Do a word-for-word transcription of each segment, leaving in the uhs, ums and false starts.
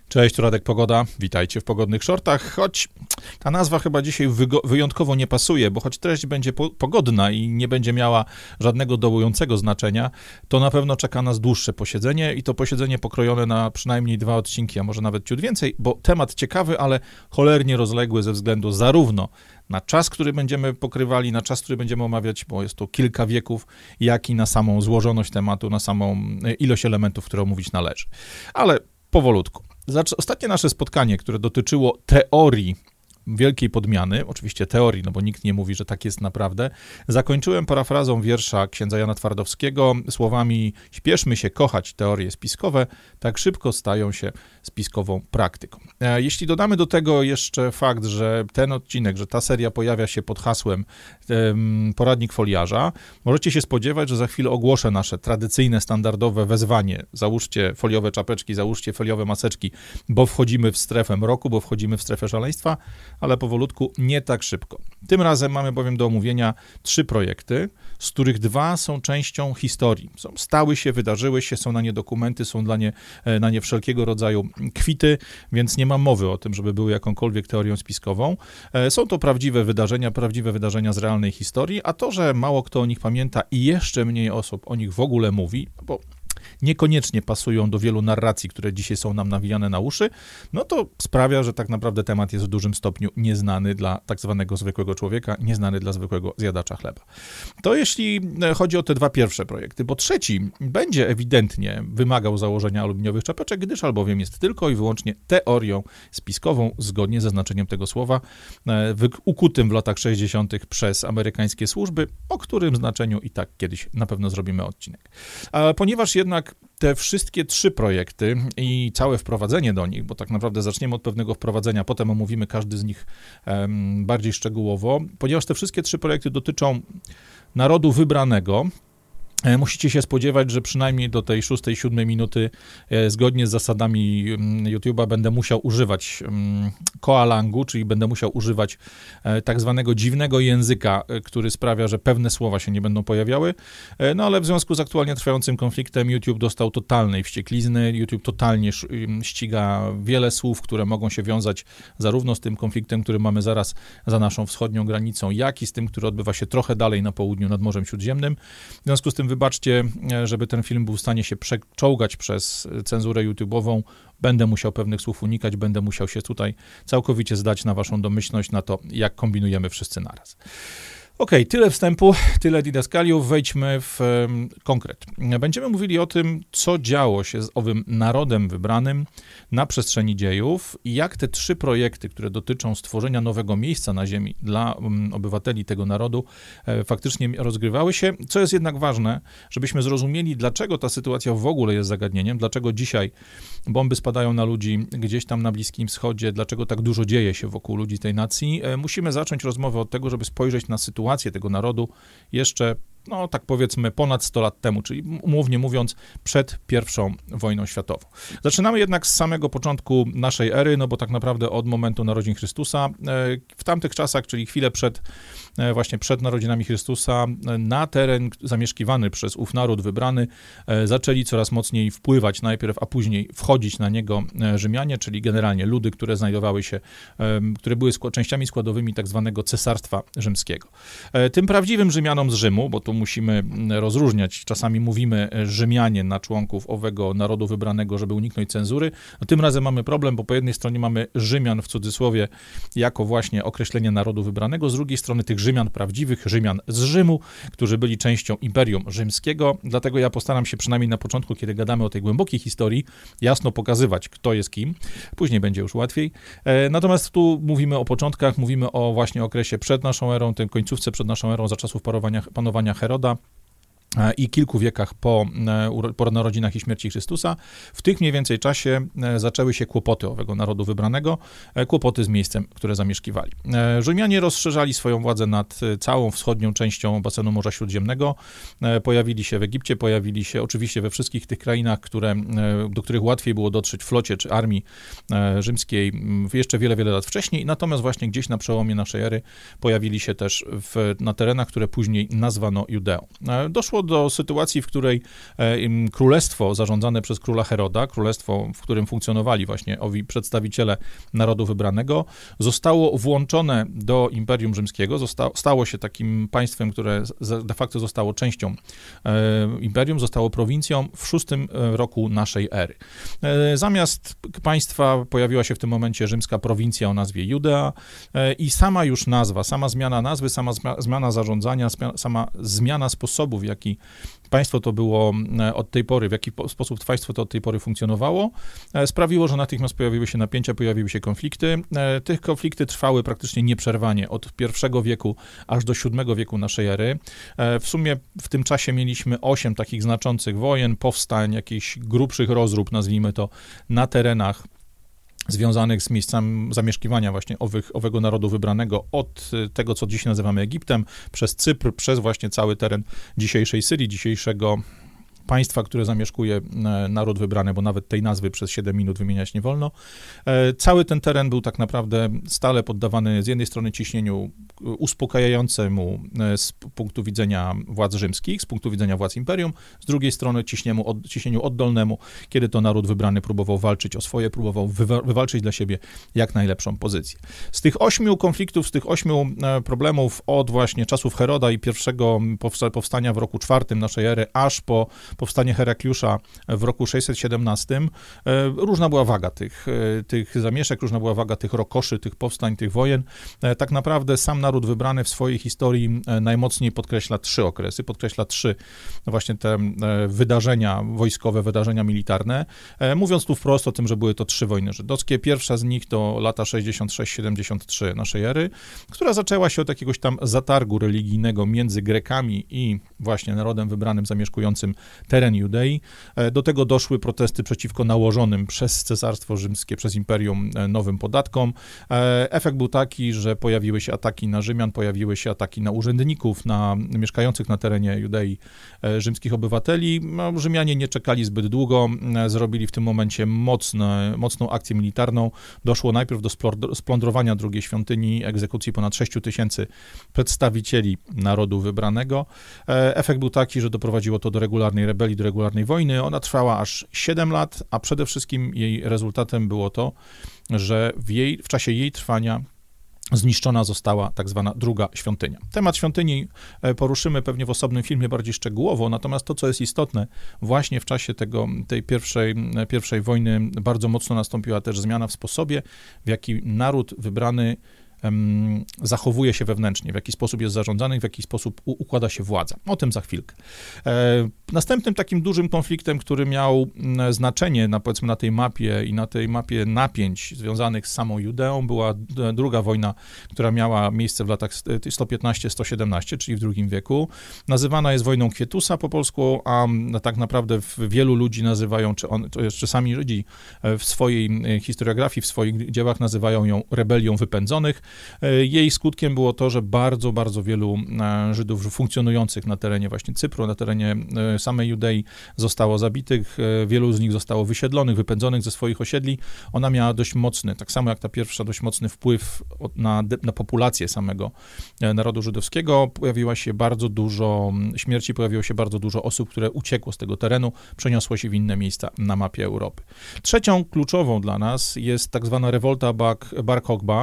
Cześć, tu Radek Pogoda, witajcie w Pogodnych Shortach, choć ta nazwa chyba dzisiaj wygo- wyjątkowo nie pasuje, bo choć treść będzie po- pogodna i nie będzie miała żadnego dołującego znaczenia, to na pewno czeka nas dłuższe posiedzenie i to posiedzenie pokrojone na przynajmniej dwa odcinki, a może nawet ciut więcej, bo temat ciekawy, ale cholernie rozległy ze względu zarówno na czas, który będziemy pokrywali, na czas, który będziemy omawiać, bo jest to kilka wieków, jak i na samą złożoność tematu, na samą ilość elementów, które omówić należy. Ale powolutku. Ostatnie nasze spotkanie, które dotyczyło teorii wielkiej podmiany, oczywiście teorii, no bo nikt nie mówi, że tak jest naprawdę, zakończyłem parafrazą wiersza księdza Jana Twardowskiego słowami: śpieszmy się kochać teorie spiskowe, tak szybko stają się spiskową praktyką. Jeśli dodamy do tego jeszcze fakt, że ten odcinek, że ta seria pojawia się pod hasłem um, poradnik foliarza, możecie się spodziewać, że za chwilę ogłoszę nasze tradycyjne, standardowe wezwanie. Załóżcie foliowe czapeczki, załóżcie foliowe maseczki, bo wchodzimy w strefę mroku, bo wchodzimy w strefę szaleństwa, ale powolutku nie tak szybko. Tym razem mamy bowiem do omówienia trzy projekty, z których dwa są częścią historii. Są, stały się, wydarzyły się, są na nie dokumenty, są dla nie, na nie wszelkiego rodzaju kwity, więc nie ma mowy o tym, żeby były jakąkolwiek teorią spiskową. Są to prawdziwe wydarzenia, prawdziwe wydarzenia z realnej historii, a to, że mało kto o nich pamięta i jeszcze mniej osób o nich w ogóle mówi, bo niekoniecznie pasują do wielu narracji, które dzisiaj są nam nawijane na uszy, no to sprawia, że tak naprawdę temat jest w dużym stopniu nieznany dla tak zwanego zwykłego człowieka, nieznany dla zwykłego zjadacza chleba. To jeśli chodzi o te dwa pierwsze projekty, bo trzeci będzie ewidentnie wymagał założenia aluminiowych czapeczek, gdyż albowiem jest tylko i wyłącznie teorią spiskową, zgodnie ze znaczeniem tego słowa, ukutym w latach sześćdziesiątych przez amerykańskie służby, o którym znaczeniu i tak kiedyś na pewno zrobimy odcinek. A ponieważ jednak te wszystkie trzy projekty i całe wprowadzenie do nich, bo tak naprawdę zaczniemy od pewnego wprowadzenia, potem omówimy każdy z nich um, bardziej szczegółowo, ponieważ te wszystkie trzy projekty dotyczą narodu wybranego, musicie się spodziewać, że przynajmniej do tej szóstej, siódmej minuty e, zgodnie z zasadami YouTube'a będę musiał używać um, koalangu, czyli będę musiał używać e, tak zwanego dziwnego języka, e, który sprawia, że pewne słowa się nie będą pojawiały, e, no ale w związku z aktualnie trwającym konfliktem YouTube dostał totalnej wścieklizny, YouTube totalnie sz, ściga wiele słów, które mogą się wiązać zarówno z tym konfliktem, który mamy zaraz za naszą wschodnią granicą, jak i z tym, który odbywa się trochę dalej na południu nad Morzem Śródziemnym. W związku z tym wybaczcie, żeby ten film był w stanie się przeczołgać przez cenzurę YouTube'ową. Będę musiał pewnych słów unikać, będę musiał się tutaj całkowicie zdać na waszą domyślność, na to, jak kombinujemy wszyscy naraz. Okej, okay, tyle wstępu, tyle didaskaliów, wejdźmy w um, konkret. Będziemy mówili o tym, co działo się z owym narodem wybranym na przestrzeni dziejów i jak te trzy projekty, które dotyczą stworzenia nowego miejsca na ziemi dla um, obywateli tego narodu, e, faktycznie rozgrywały się. Co jest jednak ważne, żebyśmy zrozumieli, dlaczego ta sytuacja w ogóle jest zagadnieniem, dlaczego dzisiaj bomby spadają na ludzi gdzieś tam na Bliskim Wschodzie, dlaczego tak dużo dzieje się wokół ludzi tej nacji. E, musimy zacząć rozmowę od tego, żeby spojrzeć na sytuację tego narodu jeszcze, no tak powiedzmy, ponad sto lat temu, czyli umownie mówiąc przed pierwszą wojną światową. Zaczynamy jednak z samego początku naszej ery, no bo tak naprawdę od momentu narodzin Chrystusa. W tamtych czasach, czyli chwilę przed, właśnie przed narodzinami Chrystusa, na teren zamieszkiwany przez ów naród wybrany zaczęli coraz mocniej wpływać najpierw, a później wchodzić na niego Rzymianie, czyli generalnie ludy, które znajdowały się, które były częściami składowymi tak zwanego Cesarstwa Rzymskiego. Tym prawdziwym Rzymianom z Rzymu, bo tu musimy rozróżniać, czasami mówimy Rzymianie na członków owego narodu wybranego, żeby uniknąć cenzury. No, tym razem mamy problem, bo po jednej stronie mamy Rzymian w cudzysłowie jako właśnie określenie narodu wybranego, z drugiej strony tych Rzymian prawdziwych, Rzymian z Rzymu, którzy byli częścią Imperium Rzymskiego. Dlatego ja postaram się przynajmniej na początku, kiedy gadamy o tej głębokiej historii, jasno pokazywać, kto jest kim. Później będzie już łatwiej. Natomiast tu mówimy o początkach, mówimy o właśnie okresie przed naszą erą, tej końcówce przed naszą erą, za czasów panowania, panowania Heroda i kilku wiekach po, po narodzinach i śmierci Chrystusa. W tych mniej więcej czasie zaczęły się kłopoty owego narodu wybranego, kłopoty z miejscem, które zamieszkiwali. Rzymianie rozszerzali swoją władzę nad całą wschodnią częścią basenu Morza Śródziemnego. Pojawili się w Egipcie, pojawili się oczywiście we wszystkich tych krainach, które, do których łatwiej było dotrzeć flocie czy armii rzymskiej jeszcze wiele, wiele lat wcześniej. Natomiast właśnie gdzieś na przełomie naszej ery pojawili się też w, na terenach, które później nazwano Judeą. Doszło doszło do sytuacji, w której królestwo zarządzane przez króla Heroda, królestwo, w którym funkcjonowali właśnie owi przedstawiciele narodu wybranego, zostało włączone do Imperium Rzymskiego, zostało, stało się takim państwem, które de facto zostało częścią imperium, zostało prowincją w szóstym roku naszej ery. Zamiast państwa pojawiła się w tym momencie rzymska prowincja o nazwie Judea i sama już nazwa, sama zmiana nazwy, sama zmiana zarządzania, sama zmiana sposobu, w jaki państwo to było od tej pory, w jaki sposób państwo to od tej pory funkcjonowało, sprawiło, że natychmiast pojawiły się napięcia, pojawiły się konflikty. Tych konflikty trwały praktycznie nieprzerwanie od pierwszego wieku aż do siódmego wieku naszej ery. W sumie w tym czasie mieliśmy osiem takich znaczących wojen, powstań, jakichś grubszych rozrób, nazwijmy to, na terenach związanych z miejscami zamieszkiwania właśnie owych, owego narodu wybranego od tego, co dziś nazywamy Egiptem, przez Cypr, przez właśnie cały teren dzisiejszej Syrii, dzisiejszego państwa, które zamieszkuje naród wybrany, bo nawet tej nazwy przez siedem minut wymieniać nie wolno. Cały ten teren był tak naprawdę stale poddawany z jednej strony ciśnieniu uspokajającemu z punktu widzenia władz rzymskich, z punktu widzenia władz imperium, z drugiej strony ciśnieniu, od, ciśnieniu oddolnemu, kiedy to naród wybrany próbował walczyć o swoje, próbował wywa- wywalczyć dla siebie jak najlepszą pozycję. Z tych ośmiu konfliktów, z tych ośmiu problemów od właśnie czasów Heroda i pierwszego powstania w roku czwartym naszej ery, aż po powstanie Herakliusza w roku sześćset siedemnastym, różna była waga tych, tych zamieszek, różna była waga tych rokoszy, tych powstań, tych wojen. Tak naprawdę sam naród wybrany w swojej historii najmocniej podkreśla trzy okresy, podkreśla trzy właśnie te wydarzenia wojskowe, wydarzenia militarne, mówiąc tu wprost o tym, że były to trzy wojny żydowskie. Pierwsza z nich to lata sześćdziesiąt sześć siedemdziesiąt trzy naszej ery, która zaczęła się od jakiegoś tam zatargu religijnego między Grekami i właśnie narodem wybranym zamieszkującym teren Judei. Do tego doszły protesty przeciwko nałożonym przez Cesarstwo Rzymskie, przez Imperium nowym podatkom. Efekt był taki, że pojawiły się ataki na Rzymian, pojawiły się ataki na urzędników, na mieszkających na terenie Judei rzymskich obywateli. No, Rzymianie nie czekali zbyt długo, zrobili w tym momencie mocne, mocną akcję militarną. Doszło najpierw do splądrowania drugiej świątyni, egzekucji ponad sześciu tysięcy przedstawicieli narodu wybranego. Efekt był taki, że doprowadziło to do regularnej rebelii, do regularnej wojny. Ona trwała aż siedem lat, a przede wszystkim jej rezultatem było to, że w, jej, w czasie jej trwania zniszczona została tak zwana druga świątynia. Temat świątyni poruszymy pewnie w osobnym filmie bardziej szczegółowo, natomiast to, co jest istotne, właśnie w czasie tego, tej pierwszej, pierwszej wojny bardzo mocno nastąpiła też zmiana w sposobie, w jaki naród wybrany um, zachowuje się wewnętrznie, w jaki sposób jest zarządzany, w jaki sposób u- układa się władza. O tym za chwilkę. E, następnym takim dużym konfliktem, który miał m, znaczenie na, powiedzmy, na tej mapie i na tej mapie napięć związanych z samą Judeą, była d- druga wojna, która miała miejsce w latach sto piętnaście sto siedemnaście, czyli w drugim wieku. Nazywana jest wojną Kwietusa po polsku, a tak naprawdę wielu ludzi nazywają, czy, on, czy sami Żydzi w swojej historiografii, w swoich dziełach nazywają ją rebelią wypędzonych. Jej skutkiem było to, że bardzo, bardzo wielu Żydów funkcjonujących na terenie właśnie Cypru, na terenie samej Judei zostało zabitych, wielu z nich zostało wysiedlonych, wypędzonych ze swoich osiedli. Ona miała dość mocny, tak samo jak ta pierwsza, dość mocny wpływ na, na populację samego narodu żydowskiego. Pojawiła się bardzo dużo śmierci, pojawiło się bardzo dużo osób, które uciekło z tego terenu, przeniosło się w inne miejsca na mapie Europy. Trzecią kluczową dla nas jest tak zwana rewolta Bar Kokhba,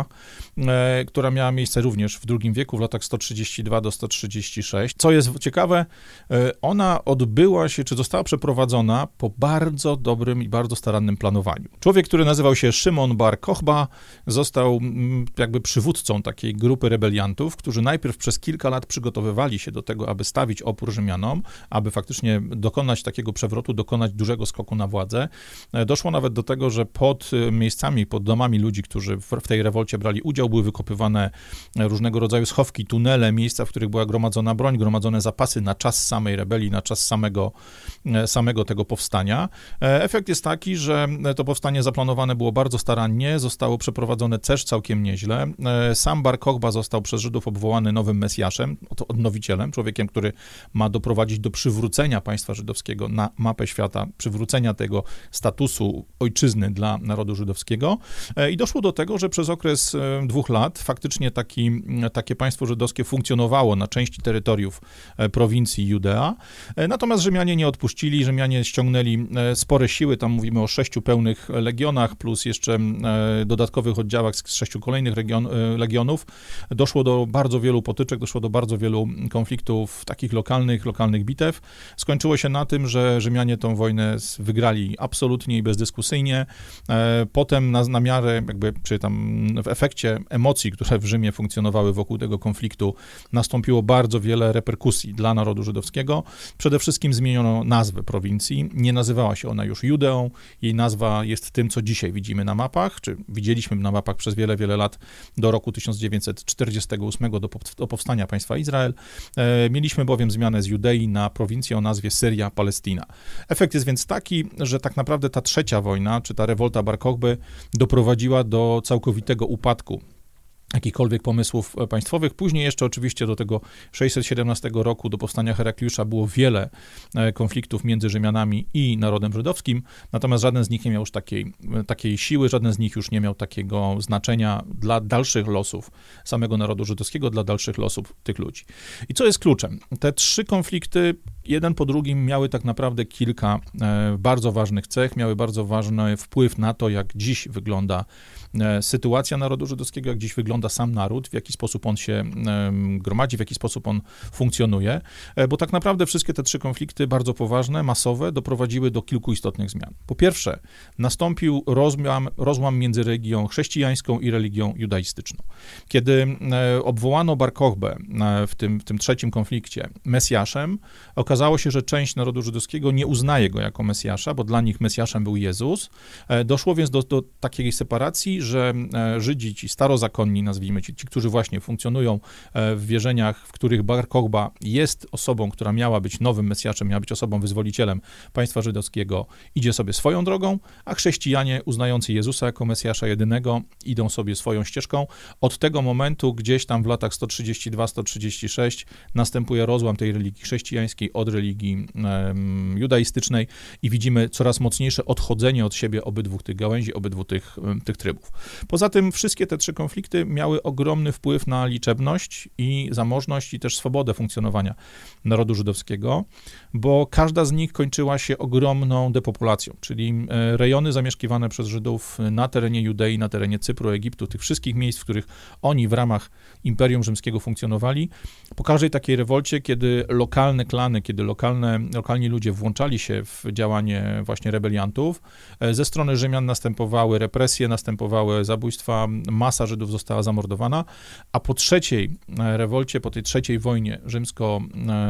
e, która miała miejsce również w drugim wieku, w latach sto trzydzieści dwa do sto trzydzieści sześć. Co jest ciekawe, e, ona odbyła się, czy została przeprowadzona po bardzo dobrym i bardzo starannym planowaniu. Człowiek, który nazywał się Szymon Bar Kokhba, został m, jakby przywódcą takiej grupy rebeliantów, którzy najpierw przez kilka lat przygotowywali się do tego, aby stawić opór Rzymianom, aby faktycznie dokonać takiego przewrotu, dokonać dużego skoku na władzę. E, doszło nawet do tego, że pod miejscami, pod domami ludzi, którzy w, w tej rewolcie brali udział, były wykopywane różnego rodzaju schowki, tunele, miejsca, w których była gromadzona broń, gromadzone zapasy na czas samej rebelii, na czas samego, samego tego powstania. Efekt jest taki, że to powstanie zaplanowane było bardzo starannie, zostało przeprowadzone też całkiem nieźle. Sam Bar Kochba został przez Żydów obwołany nowym Mesjaszem, odnowicielem, człowiekiem, który ma doprowadzić do przywrócenia państwa żydowskiego na mapę świata, przywrócenia tego statusu ojczyzny dla narodu żydowskiego. I doszło do tego, że przez okres dwóch lat faktycznie taki, takie państwo żydowskie funkcjonowało na części terytoriów prowincji Judea. Natomiast Rzymianie nie odpuścili, Rzymianie ściągnęli spore siły, tam mówimy o sześciu pełnych legionach, plus jeszcze dodatkowych oddziałach z sześciu kolejnych region, legionów. Doszło do bardzo wielu potyczek, doszło do bardzo wielu konfliktów takich lokalnych, lokalnych bitew. Skończyło się na tym, że Rzymianie tą wojnę wygrali absolutnie i bezdyskusyjnie. Potem na, na miarę, jakby przy tam w efekcie emocji, które w Rzymie funkcjonowały wokół tego konfliktu, nastąpiło bardzo wiele reperkusji dla narodu żydowskiego. Przede wszystkim zmieniono nazwę prowincji. Nie nazywała się ona już Judeą. Jej nazwa jest tym, co dzisiaj widzimy na mapach, czy widzieliśmy na mapach przez wiele, wiele lat do roku tysiąc dziewięćset czterdziestego ósmego, do, do powstania państwa Izrael. E, mieliśmy bowiem zmianę z Judei na prowincję o nazwie Syria, Palestyna. Efekt jest więc taki, że tak naprawdę ta trzecia wojna, czy ta rewolta Bar Kochby doprowadziła do całkowitego upadku jakichkolwiek pomysłów państwowych. Później jeszcze oczywiście do tego sześćset siedemnastego roku, do powstania Herakliusza, było wiele konfliktów między Rzymianami i narodem żydowskim, natomiast żaden z nich nie miał już takiej, takiej siły, żaden z nich już nie miał takiego znaczenia dla dalszych losów samego narodu żydowskiego, dla dalszych losów tych ludzi. I co jest kluczem? Te trzy konflikty, jeden po drugim, miały tak naprawdę kilka bardzo ważnych cech, miały bardzo ważny wpływ na to, jak dziś wygląda sytuacja narodu żydowskiego, jak dziś wygląda sam naród, w jaki sposób on się gromadzi, w jaki sposób on funkcjonuje, bo tak naprawdę wszystkie te trzy konflikty, bardzo poważne, masowe, doprowadziły do kilku istotnych zmian. Po pierwsze, nastąpił rozłam, rozłam między religią chrześcijańską i religią judaistyczną. Kiedy obwołano Bar Kochbę w tym, w tym trzecim konflikcie Mesjaszem, okazało się, że część narodu żydowskiego nie uznaje go jako Mesjasza, bo dla nich Mesjaszem był Jezus. Doszło więc do, do takiej separacji, że Żydzi, ci starozakonni, nazwijmy ci, ci, którzy właśnie funkcjonują w wierzeniach, w których Bar Kochba jest osobą, która miała być nowym Mesjaszem, miała być osobą wyzwolicielem państwa żydowskiego, idzie sobie swoją drogą, a chrześcijanie uznający Jezusa jako Mesjasza jedynego idą sobie swoją ścieżką. Od tego momentu gdzieś tam w latach sto trzydzieści dwa sto trzydzieści sześć następuje rozłam tej religii chrześcijańskiej od religii um, judaistycznej i widzimy coraz mocniejsze odchodzenie od siebie obydwu tych gałęzi, obydwu tych, tych trybów. Poza tym wszystkie te trzy konflikty miały ogromny wpływ na liczebność i zamożność i też swobodę funkcjonowania narodu żydowskiego, bo każda z nich kończyła się ogromną depopulacją, czyli rejony zamieszkiwane przez Żydów na terenie Judei, na terenie Cypru, Egiptu, tych wszystkich miejsc, w których oni w ramach Imperium Rzymskiego funkcjonowali. Po każdej takiej rewolcie, kiedy lokalne klany, kiedy lokalne, lokalni ludzie włączali się w działanie właśnie rebeliantów, ze strony Rzymian następowały represje, następowały zabójstwa, masa Żydów została zamordowana, a po trzeciej rewolcie, po tej trzeciej wojnie rzymsko,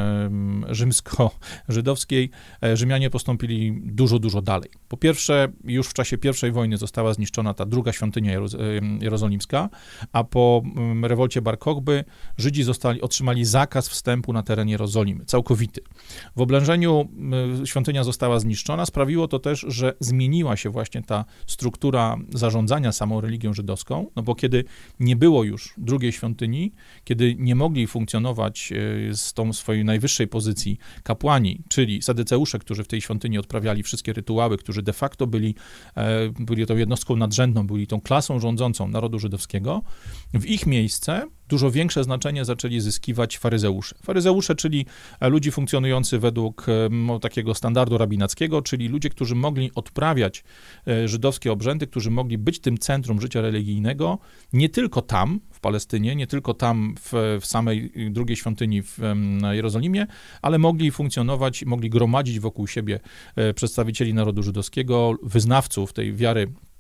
rzymsko-żydowskiej Rzymianie postąpili dużo, dużo dalej. Po pierwsze, już w czasie pierwszej wojny została zniszczona ta druga świątynia jerozolimska, a po rewolcie Bar Kochby Żydzi zostali, otrzymali zakaz wstępu na teren Jerozolimy, całkowity. W oblężeniu świątynia została zniszczona, sprawiło to też, że zmieniła się właśnie ta struktura zarządzania samą religią żydowską, no bo kiedy nie było już drugiej świątyni, kiedy nie mogli funkcjonować z tą swojej najwyższej pozycji kapłani, czyli sadyceusze, którzy w tej świątyni odprawiali wszystkie rytuały, którzy de facto byli, byli tą jednostką nadrzędną, byli tą klasą rządzącą narodu żydowskiego, w ich miejsce dużo większe znaczenie zaczęli zyskiwać faryzeusze. Faryzeusze, czyli ludzie funkcjonujący według no, takiego standardu rabinackiego, czyli ludzie, którzy mogli odprawiać żydowskie obrzędy, którzy mogli być tym centrum życia religijnego, nie tylko tam, w Palestynie, nie tylko tam w, w samej drugiej świątyni w Jerozolimie, ale mogli funkcjonować, mogli gromadzić wokół siebie przedstawicieli narodu żydowskiego, wyznawców tej wiary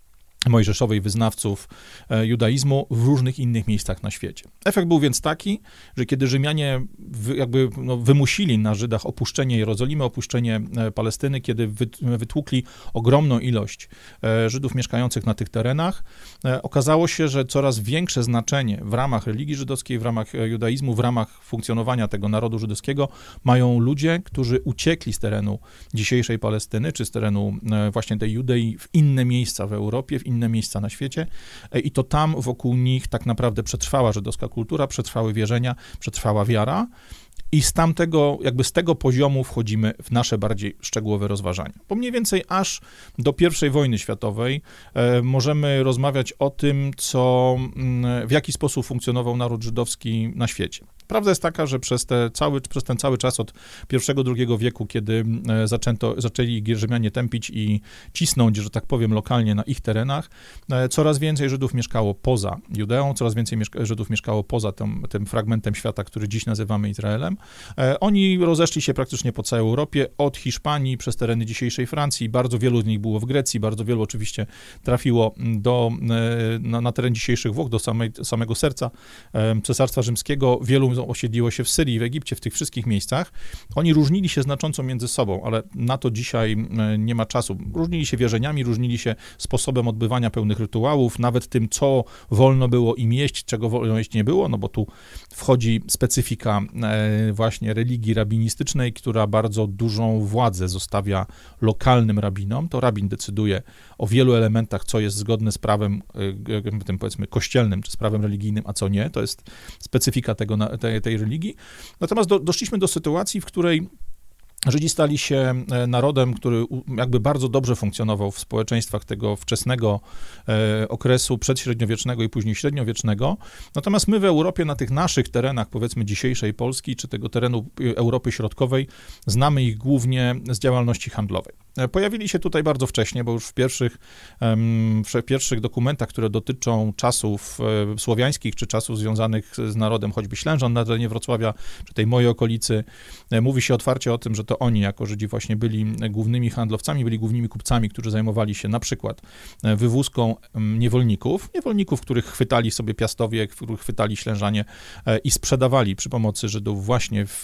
mojżeszowej, wyznawców judaizmu w różnych innych miejscach na świecie. Efekt był więc taki, że kiedy Rzymianie wy, jakby no, wymusili na Żydach opuszczenie Jerozolimy, opuszczenie Palestyny, kiedy wytłukli ogromną ilość Żydów mieszkających na tych terenach, okazało się, że coraz większe znaczenie w ramach religii żydowskiej, w ramach judaizmu, w ramach funkcjonowania tego narodu żydowskiego mają ludzie, którzy uciekli z terenu dzisiejszej Palestyny, czy z terenu właśnie tej Judei w inne miejsca w Europie, w inne inne miejsca na świecie i to tam wokół nich tak naprawdę przetrwała żydowska kultura, przetrwały wierzenia, przetrwała wiara i z tamtego, jakby z tego poziomu wchodzimy w nasze bardziej szczegółowe rozważania. Bo mniej więcej aż do pierwszej wojny światowej e, możemy rozmawiać o tym, co, w jaki sposób funkcjonował naród żydowski na świecie. Prawda jest taka, że przez, te cały, przez ten cały czas od pierwszego do drugiego wieku, kiedy zaczęto, zaczęli Rzymianie tępić i cisnąć, że tak powiem, lokalnie na ich terenach, coraz więcej Żydów mieszkało poza Judeą, coraz więcej mieszka- Żydów mieszkało poza tym, tym fragmentem świata, który dziś nazywamy Izraelem. Oni rozeszli się praktycznie po całej Europie, od Hiszpanii przez tereny dzisiejszej Francji, bardzo wielu z nich było w Grecji, bardzo wielu oczywiście trafiło do, na, na teren dzisiejszych Włoch, do samej, samego serca Cesarstwa Rzymskiego, wielu osiedliło się w Syrii, w Egipcie, w tych wszystkich miejscach. Oni różnili się znacząco między sobą, ale na to dzisiaj nie ma czasu. Różnili się wierzeniami, różnili się sposobem odbywania pełnych rytuałów, nawet tym, co wolno było im jeść, czego wolno jeść nie było, no bo tu wchodzi specyfika właśnie religii rabinistycznej, która bardzo dużą władzę zostawia lokalnym rabinom. To rabin decyduje o wielu elementach, co jest zgodne z prawem, tym powiedzmy, kościelnym, czy z prawem religijnym, a co nie. To jest specyfika tego, tej, tej religii. Natomiast do, doszliśmy do sytuacji, w której Żydzi stali się narodem, który jakby bardzo dobrze funkcjonował w społeczeństwach tego wczesnego e, okresu przedśredniowiecznego i później średniowiecznego. Natomiast my w Europie, na tych naszych terenach, powiedzmy dzisiejszej Polski, czy tego terenu Europy Środkowej, znamy ich głównie z działalności handlowej. Pojawili się tutaj bardzo wcześnie, bo już w pierwszych, em, w pierwszych dokumentach, które dotyczą czasów e, słowiańskich, czy czasów związanych z narodem choćby Ślężan na terenie Wrocławia, czy tej mojej okolicy, e, mówi się otwarcie o tym, że to oni jako Żydzi właśnie byli głównymi handlowcami, byli głównymi kupcami, którzy zajmowali się na przykład wywózką niewolników, niewolników, których chwytali sobie Piastowie, których chwytali Ślężanie i sprzedawali przy pomocy Żydów właśnie w,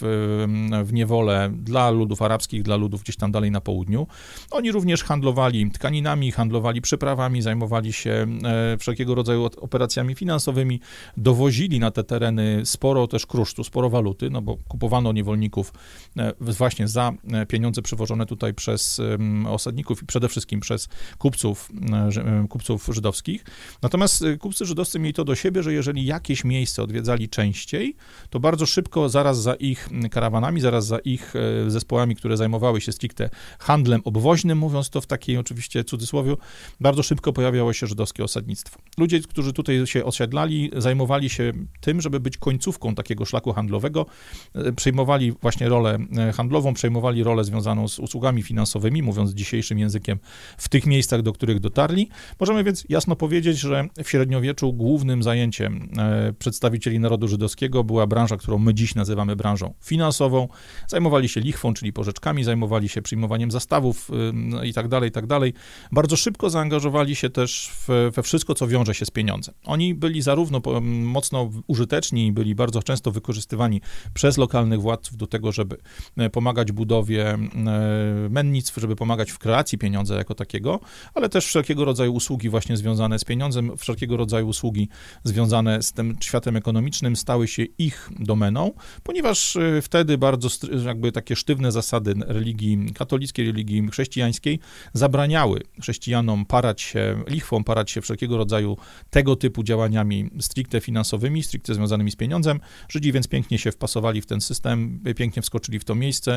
w niewolę dla ludów arabskich, dla ludów gdzieś tam dalej na południu. Oni również handlowali tkaninami, handlowali przyprawami, zajmowali się wszelkiego rodzaju operacjami finansowymi, dowozili na te tereny sporo też krusztu, sporo waluty, no bo kupowano niewolników właśnie za pieniądze przywożone tutaj przez osadników i przede wszystkim przez kupców, kupców żydowskich. Natomiast kupcy żydowscy mieli to do siebie, że jeżeli jakieś miejsce odwiedzali częściej, to bardzo szybko zaraz za ich karawanami, zaraz za ich zespołami, które zajmowały się stricte handlem obwoźnym, mówiąc to w takiej oczywiście cudzysłowiu, bardzo szybko pojawiało się żydowskie osadnictwo. Ludzie, którzy tutaj się osiedlali, zajmowali się tym, żeby być końcówką takiego szlaku handlowego, przejmowali właśnie rolę handlową, przejmowali rolę związaną z usługami finansowymi, mówiąc dzisiejszym językiem, w tych miejscach, do których dotarli. Możemy więc jasno powiedzieć, że w średniowieczu głównym zajęciem e, przedstawicieli narodu żydowskiego była branża, którą my dziś nazywamy branżą finansową. Zajmowali się lichwą, czyli pożyczkami, zajmowali się przyjmowaniem zastawów e, i tak dalej, i tak dalej. Bardzo szybko zaangażowali się też w, we wszystko, co wiąże się z pieniądzem. Oni byli zarówno po, mocno użyteczni, byli bardzo często wykorzystywani przez lokalnych władców do tego, żeby pomagać budowie mennictw, żeby pomagać w kreacji pieniądza jako takiego, ale też wszelkiego rodzaju usługi właśnie związane z pieniądzem, wszelkiego rodzaju usługi związane z tym światem ekonomicznym stały się ich domeną, ponieważ wtedy bardzo jakby takie sztywne zasady religii katolickiej, religii chrześcijańskiej zabraniały chrześcijanom parać się lichwą, parać się wszelkiego rodzaju tego typu działaniami stricte finansowymi, stricte związanymi z pieniądzem. Żydzi więc pięknie się wpasowali w ten system, pięknie wskoczyli w to miejsce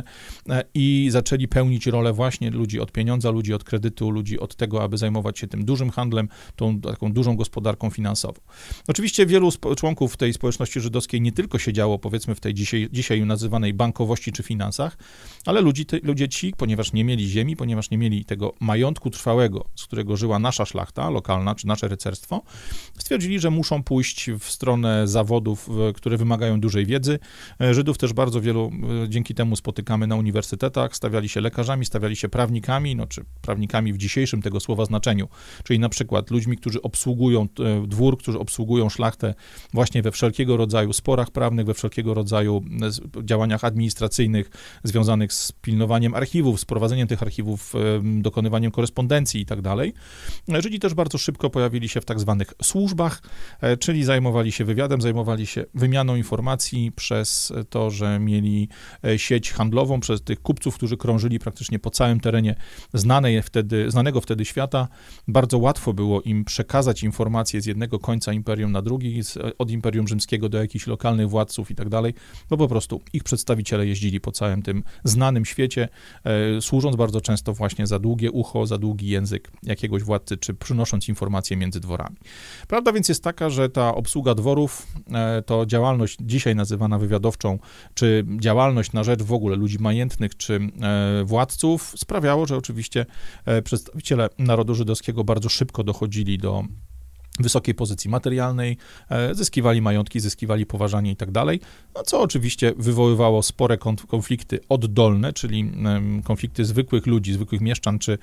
i zaczęli pełnić rolę właśnie ludzi od pieniądza, ludzi od kredytu, ludzi od tego, aby zajmować się tym dużym handlem, tą taką dużą gospodarką finansową. Oczywiście wielu członków tej społeczności żydowskiej nie tylko siedziało, powiedzmy, w tej dzisiaj, dzisiaj nazywanej bankowości czy finansach, ale ludzi, te, ludzie ci, ponieważ nie mieli ziemi, ponieważ nie mieli tego majątku trwałego, z którego żyła nasza szlachta lokalna, czy nasze rycerstwo, stwierdzili, że muszą pójść w stronę zawodów, które wymagają dużej wiedzy. Żydów też bardzo wielu dzięki temu spotykamy na uniwersytetach, stawiali się lekarzami, stawiali się prawnikami, no czy prawnikami w dzisiejszym tego słowa znaczeniu, czyli na przykład ludźmi, którzy obsługują dwór, którzy obsługują szlachtę właśnie we wszelkiego rodzaju sporach prawnych, we wszelkiego rodzaju działaniach administracyjnych związanych z pilnowaniem archiwów, z prowadzeniem tych archiwów, dokonywaniem korespondencji i tak dalej. Żydzi też bardzo szybko pojawili się w tak zwanych służbach, czyli zajmowali się wywiadem, zajmowali się wymianą informacji przez to, że mieli sieć handlową, przez tych kupców, którzy krążyli praktycznie po całym terenie znanej wtedy, znanego wtedy świata. Bardzo łatwo było im przekazać informacje z jednego końca imperium na drugi, od Imperium Rzymskiego do jakichś lokalnych władców i tak dalej, bo po prostu ich przedstawiciele jeździli po całym tym znanym świecie, e, służąc bardzo często właśnie za długie ucho, za długi język jakiegoś władcy, czy przynosząc informacje między dworami. Prawda więc jest taka, że ta obsługa dworów, e, to działalność dzisiaj nazywana wywiadowczą, czy działalność na rzecz w ogóle ludzi majętnych, czy e, władców, sprawiało, że oczywiście e, przedstawiciele narodu żydowskiego bardzo szybko dochodzili do wysokiej pozycji materialnej, zyskiwali majątki, zyskiwali poważanie i tak dalej, no co oczywiście wywoływało spore konflikty oddolne, czyli konflikty zwykłych ludzi, zwykłych mieszczan, czy,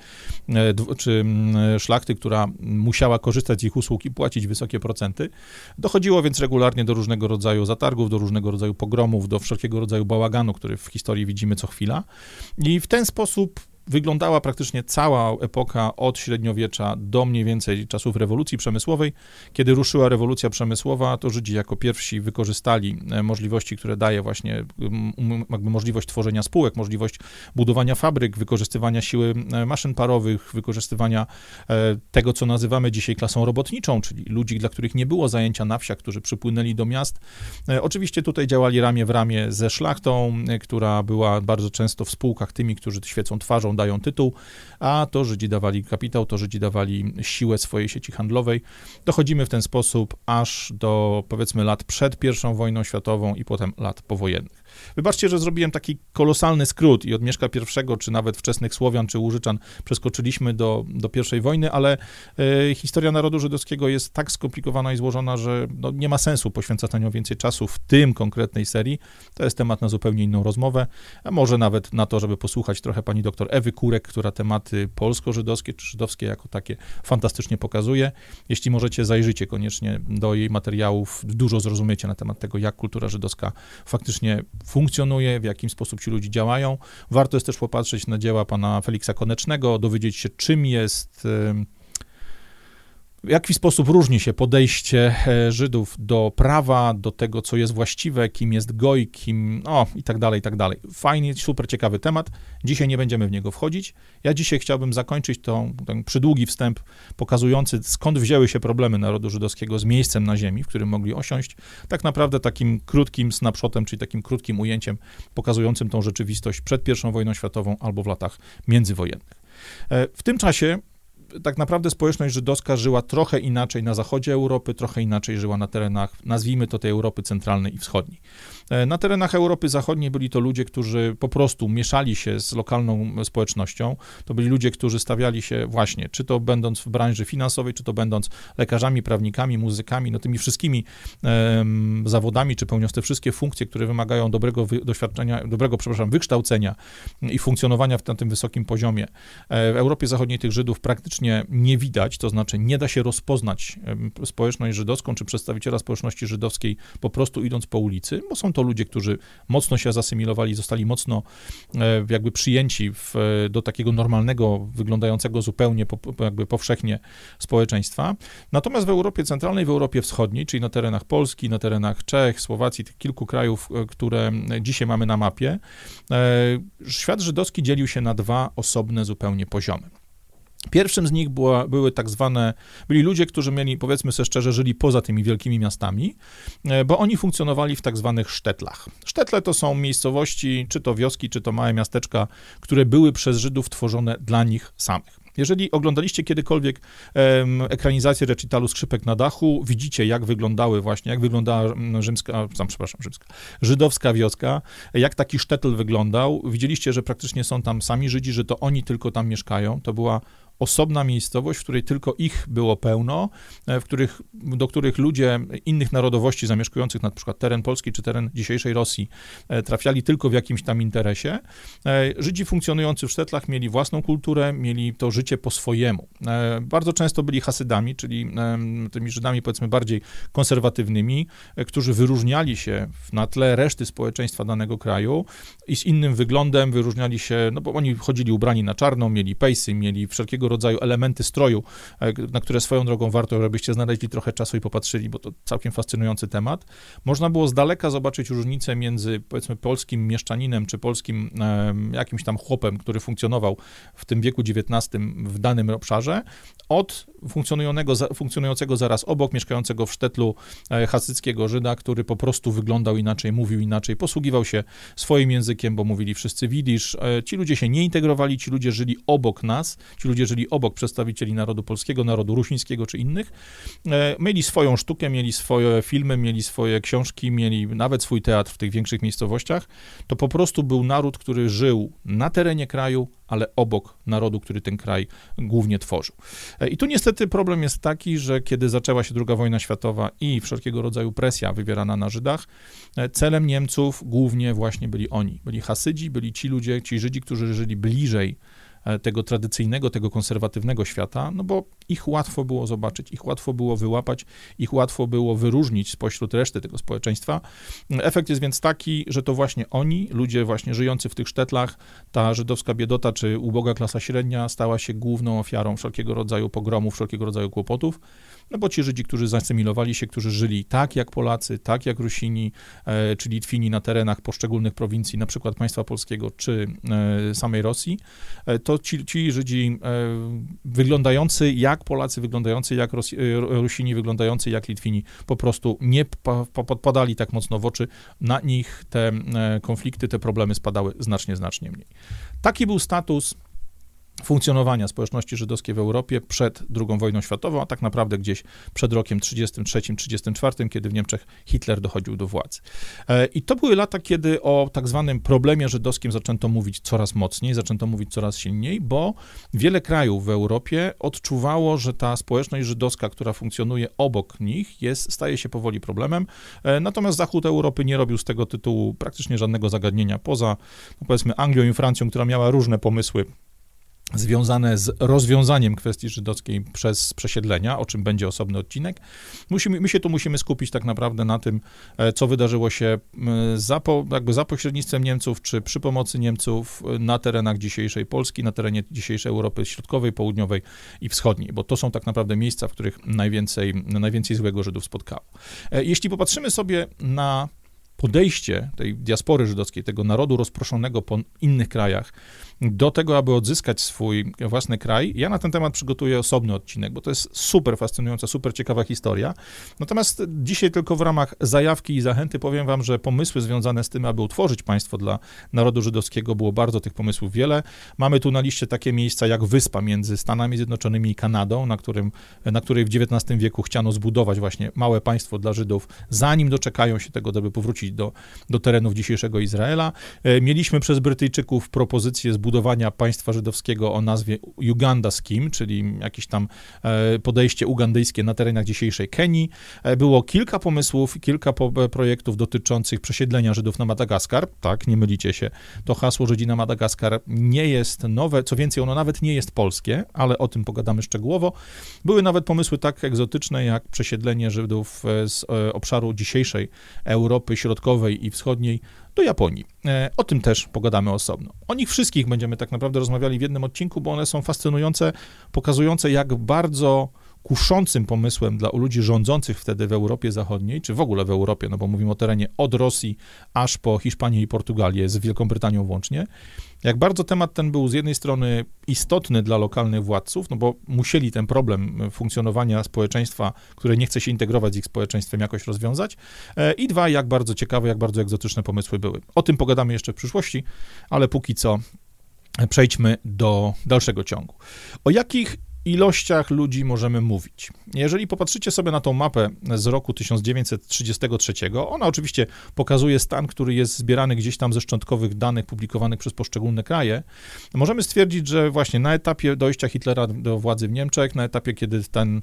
czy szlachty, która musiała korzystać z ich usług i płacić wysokie procenty. Dochodziło więc regularnie do różnego rodzaju zatargów, do różnego rodzaju pogromów, do wszelkiego rodzaju bałaganu, który w historii widzimy co chwila i w ten sposób wyglądała praktycznie cała epoka od średniowiecza do mniej więcej czasów rewolucji przemysłowej. Kiedy ruszyła rewolucja przemysłowa, to Żydzi jako pierwsi wykorzystali możliwości, które daje właśnie jakby możliwość tworzenia spółek, możliwość budowania fabryk, wykorzystywania siły maszyn parowych, wykorzystywania tego, co nazywamy dzisiaj klasą robotniczą, czyli ludzi, dla których nie było zajęcia na wsiach, którzy przypłynęli do miast. Oczywiście tutaj działali ramię w ramię ze szlachtą, która była bardzo często w spółkach tymi, którzy świecą twarzą, dają tytuł, a to Żydzi dawali kapitał, to Żydzi dawali siłę swojej sieci handlowej. Dochodzimy w ten sposób aż do, powiedzmy, lat przed pierwszą wojną światową i potem lat powojennych. Wybaczcie, że zrobiłem taki kolosalny skrót i od Mieszka I, czy nawet wczesnych Słowian, czy Łużyczan przeskoczyliśmy do, do pierwszej wojny, ale e, historia narodu żydowskiego jest tak skomplikowana i złożona, że no, nie ma sensu poświęcać na nią więcej czasu w tym konkretnej serii. To jest temat na zupełnie inną rozmowę, a może nawet na to, żeby posłuchać trochę pani doktor Ewy Kurek, która tematy polsko-żydowskie czy żydowskie jako takie fantastycznie pokazuje. Jeśli możecie, zajrzyjcie koniecznie do jej materiałów, dużo zrozumiecie na temat tego, jak kultura żydowska faktycznie funkcjonuje, w jakim sposób ci ludzie działają. Warto jest też popatrzeć na dzieła pana Feliksa Konecznego, dowiedzieć się, czym jest, w jaki sposób różni się podejście Żydów do prawa, do tego, co jest właściwe, kim jest goj, kim, o, i tak dalej, i tak dalej. Fajny, super ciekawy temat. Dzisiaj nie będziemy w niego wchodzić. Ja dzisiaj chciałbym zakończyć to, ten przydługi wstęp pokazujący, skąd wzięły się problemy narodu żydowskiego z miejscem na ziemi, w którym mogli osiąść, tak naprawdę takim krótkim snapshotem, czyli takim krótkim ujęciem pokazującym tą rzeczywistość przed pierwszą wojną światową albo w latach międzywojennych. W tym czasie tak naprawdę społeczność żydowska żyła trochę inaczej na zachodzie Europy, trochę inaczej żyła na terenach, nazwijmy to tej Europy centralnej i wschodniej. Na terenach Europy Zachodniej byli to ludzie, którzy po prostu mieszali się z lokalną społecznością. To byli ludzie, którzy stawiali się właśnie, czy to będąc w branży finansowej, czy to będąc lekarzami, prawnikami, muzykami, no tymi wszystkimi um, zawodami, czy pełniąc te wszystkie funkcje, które wymagają dobrego wy, doświadczenia, dobrego, przepraszam, wykształcenia i funkcjonowania w, na tym wysokim poziomie. W Europie Zachodniej tych Żydów praktycznie nie widać, to znaczy nie da się rozpoznać społeczność żydowską, czy przedstawiciela społeczności żydowskiej po prostu idąc po ulicy, bo są to ludzie, którzy mocno się zasymilowali, zostali mocno jakby przyjęci w, do takiego normalnego, wyglądającego zupełnie po, jakby powszechnie społeczeństwa. Natomiast w Europie Centralnej, w Europie Wschodniej, czyli na terenach Polski, na terenach Czech, Słowacji, tych kilku krajów, które dzisiaj mamy na mapie, świat żydowski dzielił się na dwa osobne zupełnie poziomy. Pierwszym z nich była, były tak zwane, byli ludzie, którzy mieli, powiedzmy sobie szczerze, żyli poza tymi wielkimi miastami, bo oni funkcjonowali w tak zwanych sztetlach. Sztetle to są miejscowości, czy to wioski, czy to małe miasteczka, które były przez Żydów tworzone dla nich samych. Jeżeli oglądaliście kiedykolwiek em, ekranizację recitalu Skrzypek na dachu, widzicie, jak wyglądały właśnie, jak wyglądała mm, rzymska, tam, przepraszam, rzymska, żydowska wioska, jak taki sztetl wyglądał. Widzieliście, że praktycznie są tam sami Żydzi, że to oni tylko tam mieszkają. To była osobna miejscowość, w której tylko ich było pełno, w których, do których ludzie innych narodowości zamieszkujących na przykład teren Polski czy teren dzisiejszej Rosji trafiali tylko w jakimś tam interesie. Żydzi funkcjonujący w sztetlach mieli własną kulturę, mieli to życie po swojemu. Bardzo często byli hasydami, czyli tymi Żydami powiedzmy bardziej konserwatywnymi, którzy wyróżniali się na tle reszty społeczeństwa danego kraju i z innym wyglądem wyróżniali się, no bo oni chodzili ubrani na czarno, mieli pejsy, mieli wszelkiego rodzaju elementy stroju, na które swoją drogą warto, żebyście znaleźli trochę czasu i popatrzyli, bo to całkiem fascynujący temat. Można było z daleka zobaczyć różnicę między, powiedzmy, polskim mieszczaninem, czy polskim e, jakimś tam chłopem, który funkcjonował w tym wieku dziewiętnastym w danym obszarze, od funkcjonującego, funkcjonującego zaraz obok, mieszkającego w sztetlu e, hasyckiego Żyda, który po prostu wyglądał inaczej, mówił inaczej, posługiwał się swoim językiem, bo mówili wszyscy widzisz. E, ci ludzie się nie integrowali, ci ludzie żyli obok nas, ci ludzie żyli obok przedstawicieli narodu polskiego, narodu rusińskiego czy innych. E, mieli swoją sztukę, mieli swoje filmy, mieli swoje książki, mieli nawet swój teatr w tych większych miejscowościach. To po prostu był naród, który żył na terenie kraju, ale obok narodu, który ten kraj głównie tworzył. E, I tu niestety problem jest taki, że kiedy zaczęła się druga wojna światowa i wszelkiego rodzaju presja wywierana na Żydach, e, celem Niemców głównie właśnie byli oni. Byli Hasydzi, byli ci ludzie, ci Żydzi, którzy żyli bliżej tego tradycyjnego, tego konserwatywnego świata, no bo ich łatwo było zobaczyć, ich łatwo było wyłapać, ich łatwo było wyróżnić spośród reszty tego społeczeństwa. Efekt jest więc taki, że to właśnie oni, ludzie właśnie żyjący w tych sztetlach, ta żydowska biedota czy uboga klasa średnia stała się główną ofiarą wszelkiego rodzaju pogromów, wszelkiego rodzaju kłopotów, no bo ci Żydzi, którzy zasymilowali się, którzy żyli tak jak Polacy, tak jak Rusini, e, czy Litwini na terenach poszczególnych prowincji, na przykład państwa polskiego, czy e, samej Rosji, e, to ci, ci Żydzi e, wyglądający jak Polacy, wyglądający jak Ros, e, Rusini, wyglądający jak Litwini, po prostu nie pa, pa, podpadali tak mocno w oczy, na nich te e, konflikty, te problemy spadały znacznie, znacznie mniej. Taki był status funkcjonowania społeczności żydowskiej w Europie przed drugą wojną światową, a tak naprawdę gdzieś przed rokiem trzydziestym trzecim trzydziestym czwartym, kiedy w Niemczech Hitler dochodził do władzy. I to były lata, kiedy o tak zwanym problemie żydowskim zaczęto mówić coraz mocniej, zaczęto mówić coraz silniej, bo wiele krajów w Europie odczuwało, że ta społeczność żydowska, która funkcjonuje obok nich, jest, staje się powoli problemem, natomiast Zachód Europy nie robił z tego tytułu praktycznie żadnego zagadnienia, poza, no powiedzmy, Anglią i Francją, która miała różne pomysły związane z rozwiązaniem kwestii żydowskiej przez przesiedlenia, o czym będzie osobny odcinek. Musimy, my się tu musimy skupić tak naprawdę na tym, co wydarzyło się za, po, jakby za pośrednictwem Niemców, czy przy pomocy Niemców na terenach dzisiejszej Polski, na terenie dzisiejszej Europy Środkowej, Południowej i Wschodniej, bo to są tak naprawdę miejsca, w których najwięcej, najwięcej złego Żydów spotkało. Jeśli popatrzymy sobie na podejście tej diaspory żydowskiej, tego narodu rozproszonego po innych krajach, do tego, aby odzyskać swój własny kraj, ja na ten temat przygotuję osobny odcinek, bo to jest super fascynująca, super ciekawa historia. Natomiast dzisiaj tylko w ramach zajawki i zachęty powiem wam, że pomysły związane z tym, aby utworzyć państwo dla narodu żydowskiego, było bardzo tych pomysłów wiele. Mamy tu na liście takie miejsca jak wyspa między Stanami Zjednoczonymi i Kanadą, na, którym, na której w dziewiętnastym wieku chciano zbudować właśnie małe państwo dla Żydów, zanim doczekają się tego, żeby powrócić do, do terenów dzisiejszego Izraela. Mieliśmy przez Brytyjczyków propozycję zbudowania państwa żydowskiego o nazwie Uganda Scheme, czyli jakieś tam podejście ugandyjskie na terenach dzisiejszej Kenii. Było kilka pomysłów, kilka po- projektów dotyczących przesiedlenia Żydów na Madagaskar. Tak, nie mylicie się. To hasło Żydzi na Madagaskar nie jest nowe, co więcej, ono nawet nie jest polskie, ale o tym pogadamy szczegółowo. Były nawet pomysły tak egzotyczne, jak przesiedlenie Żydów z obszaru dzisiejszej Europy Środkowej i Wschodniej do Japonii. O tym też pogadamy osobno. O nich wszystkich będziemy tak naprawdę rozmawiali w jednym odcinku, bo one są fascynujące, pokazujące, jak bardzo kuszącym pomysłem dla ludzi rządzących wtedy w Europie Zachodniej, czy w ogóle w Europie, no bo mówimy o terenie od Rosji aż po Hiszpanię i Portugalię, z Wielką Brytanią włącznie, jak bardzo temat ten był z jednej strony istotny dla lokalnych władców, no bo musieli ten problem funkcjonowania społeczeństwa, które nie chce się integrować z ich społeczeństwem, jakoś rozwiązać, i dwa, jak bardzo ciekawe, jak bardzo egzotyczne pomysły były. O tym pogadamy jeszcze w przyszłości, ale póki co przejdźmy do dalszego ciągu. O jakich ilościach ludzi możemy mówić? Jeżeli popatrzycie sobie na tą mapę z roku tysiąc dziewięćset trzydziestego trzeciego, ona oczywiście pokazuje stan, który jest zbierany gdzieś tam ze szczątkowych danych publikowanych przez poszczególne kraje, możemy stwierdzić, że właśnie na etapie dojścia Hitlera do władzy w Niemczech, na etapie, kiedy ten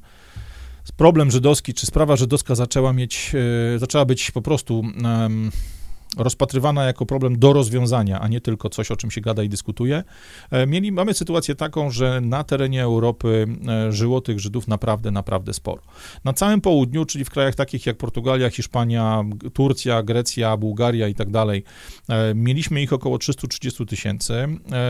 problem żydowski, czy sprawa żydowska zaczęła mieć, zaczęła być po prostu um, rozpatrywana jako problem do rozwiązania, a nie tylko coś, o czym się gada i dyskutuje. Mieli, mamy sytuację taką, że na terenie Europy żyło tych Żydów naprawdę, naprawdę sporo. Na całym południu, czyli w krajach takich jak Portugalia, Hiszpania, Turcja, Grecja, Bułgaria i tak dalej, mieliśmy ich około trzysta trzydzieści tysięcy.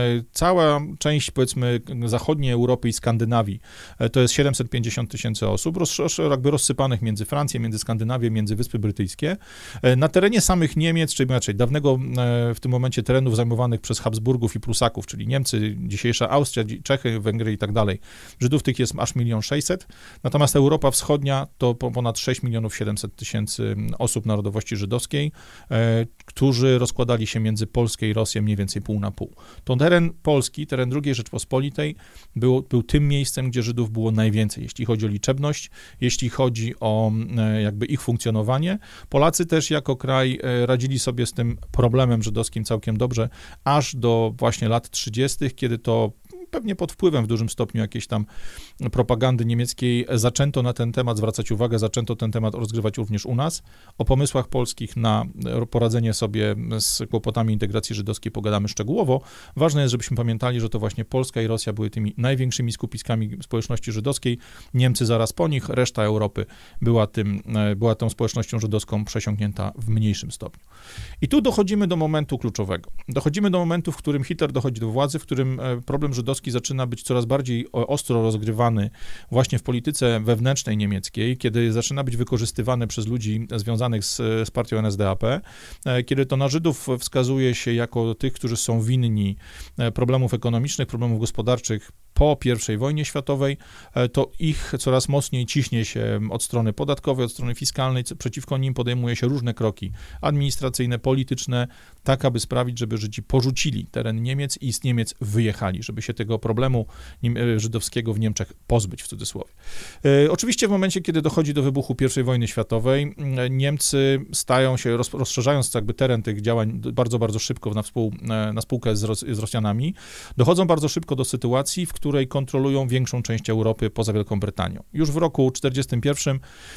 Cała część, powiedzmy, zachodniej Europy i Skandynawii to jest siedemset pięćdziesiąt tysięcy osób, roz, jakby rozsypanych między Francję, między Skandynawię, między Wyspy Brytyjskie. Na terenie samych Niemiec, czyli inaczej, dawnego w tym momencie terenów zajmowanych przez Habsburgów i Prusaków, czyli Niemcy, dzisiejsza Austria, Czechy, Węgry i tak dalej. Żydów tych jest aż milion sześćset, natomiast Europa Wschodnia to ponad sześć milionów siedemset tysięcy osób narodowości żydowskiej, e, którzy rozkładali się między Polskę i Rosję mniej więcej pół na pół. To teren Polski, teren drugiej Rzeczpospolitej był, był tym miejscem, gdzie Żydów było najwięcej, jeśli chodzi o liczebność, jeśli chodzi o e, jakby ich funkcjonowanie. Polacy też jako kraj e, radzili sobie z tym problemem żydowskim całkiem dobrze, aż do właśnie lat trzydziestych, kiedy to pewnie pod wpływem w dużym stopniu jakiejś tam propagandy niemieckiej zaczęto na ten temat zwracać uwagę, zaczęto ten temat rozgrywać również u nas. O pomysłach polskich na poradzenie sobie z kłopotami integracji żydowskiej pogadamy szczegółowo. Ważne jest, żebyśmy pamiętali, że to właśnie Polska i Rosja były tymi największymi skupiskami społeczności żydowskiej, Niemcy zaraz po nich, reszta Europy była tym, była tą społecznością żydowską przesiąknięta w mniejszym stopniu. I tu dochodzimy do momentu kluczowego. Dochodzimy do momentu, w którym Hitler dochodzi do władzy, w którym problem żydowski zaczyna być coraz bardziej ostro rozgrywany właśnie w polityce wewnętrznej niemieckiej, kiedy zaczyna być wykorzystywany przez ludzi związanych z, z partią N S D A P, kiedy to na Żydów wskazuje się jako tych, którzy są winni problemów ekonomicznych, problemów gospodarczych po pierwszej wojnie światowej, to ich coraz mocniej ciśnie się od strony podatkowej, od strony fiskalnej, przeciwko nim podejmuje się różne kroki administracyjne, polityczne, tak aby sprawić, żeby Żydzi porzucili teren Niemiec i z Niemiec wyjechali, żeby się tego problemu żydowskiego w Niemczech pozbyć, w cudzysłowie. Oczywiście w momencie, kiedy dochodzi do wybuchu pierwszej wojny światowej, Niemcy stają się, rozszerzając jakby teren tych działań bardzo, bardzo szybko na, współ, na spółkę z, Ros z Rosjanami, dochodzą bardzo szybko do sytuacji, w której kontrolują większą część Europy poza Wielką Brytanią. Już w roku czterdziestym pierwszym,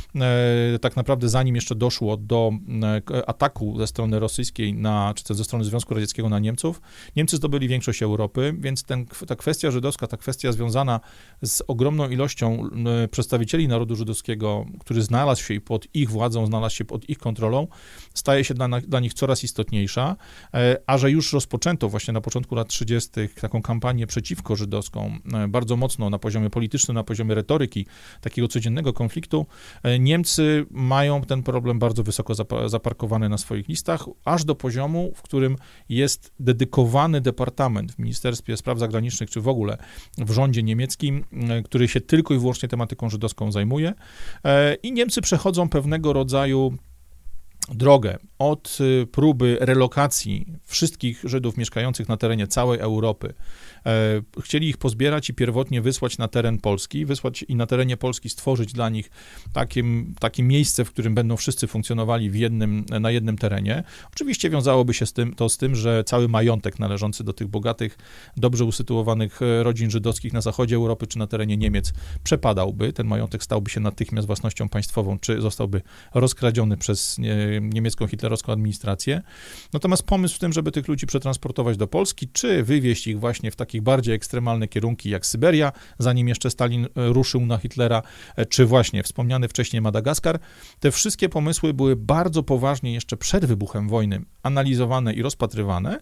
e, tak naprawdę zanim jeszcze doszło do e, ataku ze strony rosyjskiej, na, czy też ze strony Związku Radzieckiego na Niemców, Niemcy zdobyli większość Europy, więc ten, ta kwestia żydowska, ta kwestia związana z ogromną ilością e, przedstawicieli narodu żydowskiego, który znalazł się pod ich władzą, znalazł się pod ich kontrolą, staje się dla, dla nich coraz istotniejsza, e, a że już rozpoczęto właśnie na początku lat trzydziestych taką kampanię przeciwko żydowską, bardzo mocno na poziomie politycznym, na poziomie retoryki takiego codziennego konfliktu, Niemcy mają ten problem bardzo wysoko zaparkowany na swoich listach, aż do poziomu, w którym jest dedykowany departament w Ministerstwie Spraw Zagranicznych, czy w ogóle w rządzie niemieckim, który się tylko i wyłącznie tematyką żydowską zajmuje. I Niemcy przechodzą pewnego rodzaju drogę od próby relokacji wszystkich Żydów mieszkających na terenie całej Europy. Chcieli ich pozbierać i pierwotnie wysłać na teren Polski, wysłać i na terenie Polski stworzyć dla nich takie, takie miejsce, w którym będą wszyscy funkcjonowali w jednym, na jednym terenie. Oczywiście wiązałoby się z tym, to z tym, że cały majątek należący do tych bogatych, dobrze usytuowanych rodzin żydowskich na zachodzie Europy czy na terenie Niemiec przepadałby. Ten majątek stałby się natychmiast własnością państwową, czy zostałby rozkradziony przez niemiecką hitlerowską administrację. Natomiast pomysł w tym, żeby tych ludzi przetransportować do Polski, czy wywieźć ich właśnie w takich bardziej ekstremalne kierunki jak Syberia, zanim jeszcze Stalin ruszył na Hitlera, czy właśnie wspomniany wcześniej Madagaskar, te wszystkie pomysły były bardzo poważnie jeszcze przed wybuchem wojny analizowane i rozpatrywane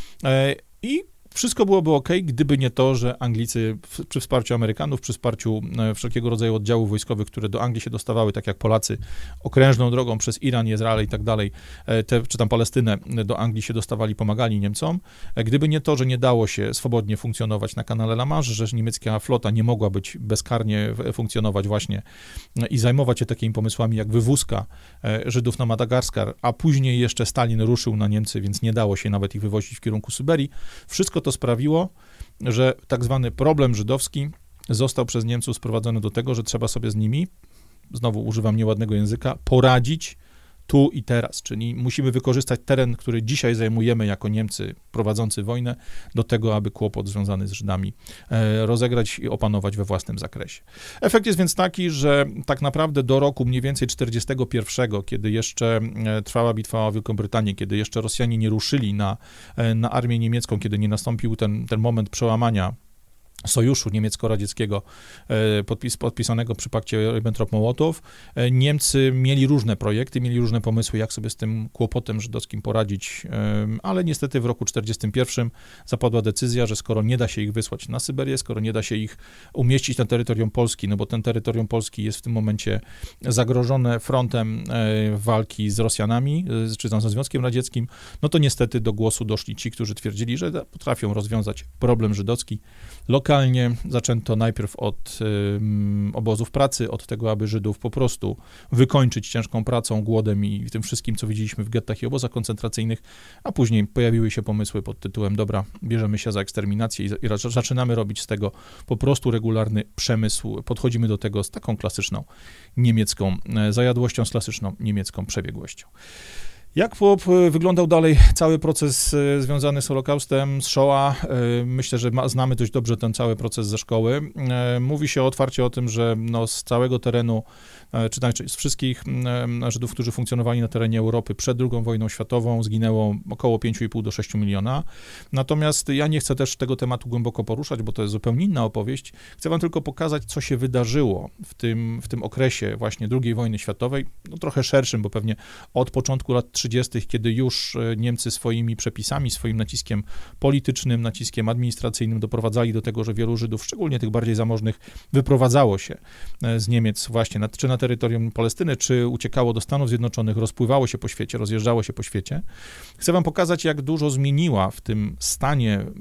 i wszystko byłoby ok, gdyby nie to, że Anglicy w, przy wsparciu Amerykanów, przy wsparciu e, wszelkiego rodzaju oddziałów wojskowych, które do Anglii się dostawały, tak jak Polacy, okrężną drogą przez Iran, Izrael i tak dalej, e, te, czy tam Palestynę do Anglii się dostawali, pomagali Niemcom. E, gdyby nie to, że nie dało się swobodnie funkcjonować na kanale La Manche, że niemiecka flota nie mogła być bezkarnie funkcjonować właśnie e, i zajmować się takimi pomysłami jak wywózka e, Żydów na Madagaskar, a później jeszcze Stalin ruszył na Niemcy, więc nie dało się nawet ich wywozić w kierunku Syberii. Wszystko to sprawiło, że tak zwany problem żydowski został przez Niemców sprowadzony do tego, że trzeba sobie z nimi, znowu używam nieładnego języka, poradzić tu i teraz, czyli musimy wykorzystać teren, który dzisiaj zajmujemy jako Niemcy prowadzący wojnę, do tego, aby kłopot związany z Żydami e, rozegrać i opanować we własnym zakresie. Efekt jest więc taki, że tak naprawdę do roku mniej więcej czterdziestego pierwszego, kiedy jeszcze e, trwała bitwa o Wielką Brytanię, kiedy jeszcze Rosjanie nie ruszyli na, e, na armię niemiecką, kiedy nie nastąpił ten, ten moment przełamania sojuszu niemiecko-radzieckiego podpis, podpisanego przy pakcie Ribbentrop-Mołotow, Niemcy mieli różne projekty, mieli różne pomysły, jak sobie z tym kłopotem żydowskim poradzić, ale niestety w roku czterdziestym pierwszym zapadła decyzja, że skoro nie da się ich wysłać na Syberię, skoro nie da się ich umieścić na terytorium Polski, no bo ten terytorium Polski jest w tym momencie zagrożone frontem walki z Rosjanami, czy tam ze Związkiem Radzieckim, no to niestety do głosu doszli ci, którzy twierdzili, że potrafią rozwiązać problem żydowski lokalnie. Zaczęto najpierw od y, obozów pracy, od tego, aby Żydów po prostu wykończyć ciężką pracą, głodem i tym wszystkim, co widzieliśmy w gettach i obozach koncentracyjnych, a później pojawiły się pomysły pod tytułem, dobra, bierzemy się za eksterminację i, i zaczynamy robić z tego po prostu regularny przemysł. Podchodzimy do tego z taką klasyczną niemiecką zajadłością, z klasyczną niemiecką przebiegłością. Jak wyglądał dalej cały proces związany z Holokaustem, z Shoah? Myślę, że ma, znamy dość dobrze ten cały proces ze szkoły. Mówi się otwarcie o tym, że no z całego terenu, czy znaczy z wszystkich Żydów, którzy funkcjonowali na terenie Europy przed drugą wojną światową, zginęło około pięć i pół do sześciu miliona. Natomiast ja nie chcę też tego tematu głęboko poruszać, bo to jest zupełnie inna opowieść. Chcę wam tylko pokazać, co się wydarzyło w tym, w tym okresie właśnie drugiej wojny światowej, no trochę szerszym, bo pewnie od początku lat trzydziestych, kiedy już Niemcy swoimi przepisami, swoim naciskiem politycznym, naciskiem administracyjnym doprowadzali do tego, że wielu Żydów, szczególnie tych bardziej zamożnych, wyprowadzało się z Niemiec właśnie, na, czy na terytorium Palestyny, czy uciekało do Stanów Zjednoczonych, rozpływało się po świecie, rozjeżdżało się po świecie. Chcę wam pokazać, jak dużo zmieniła w tym stanie e,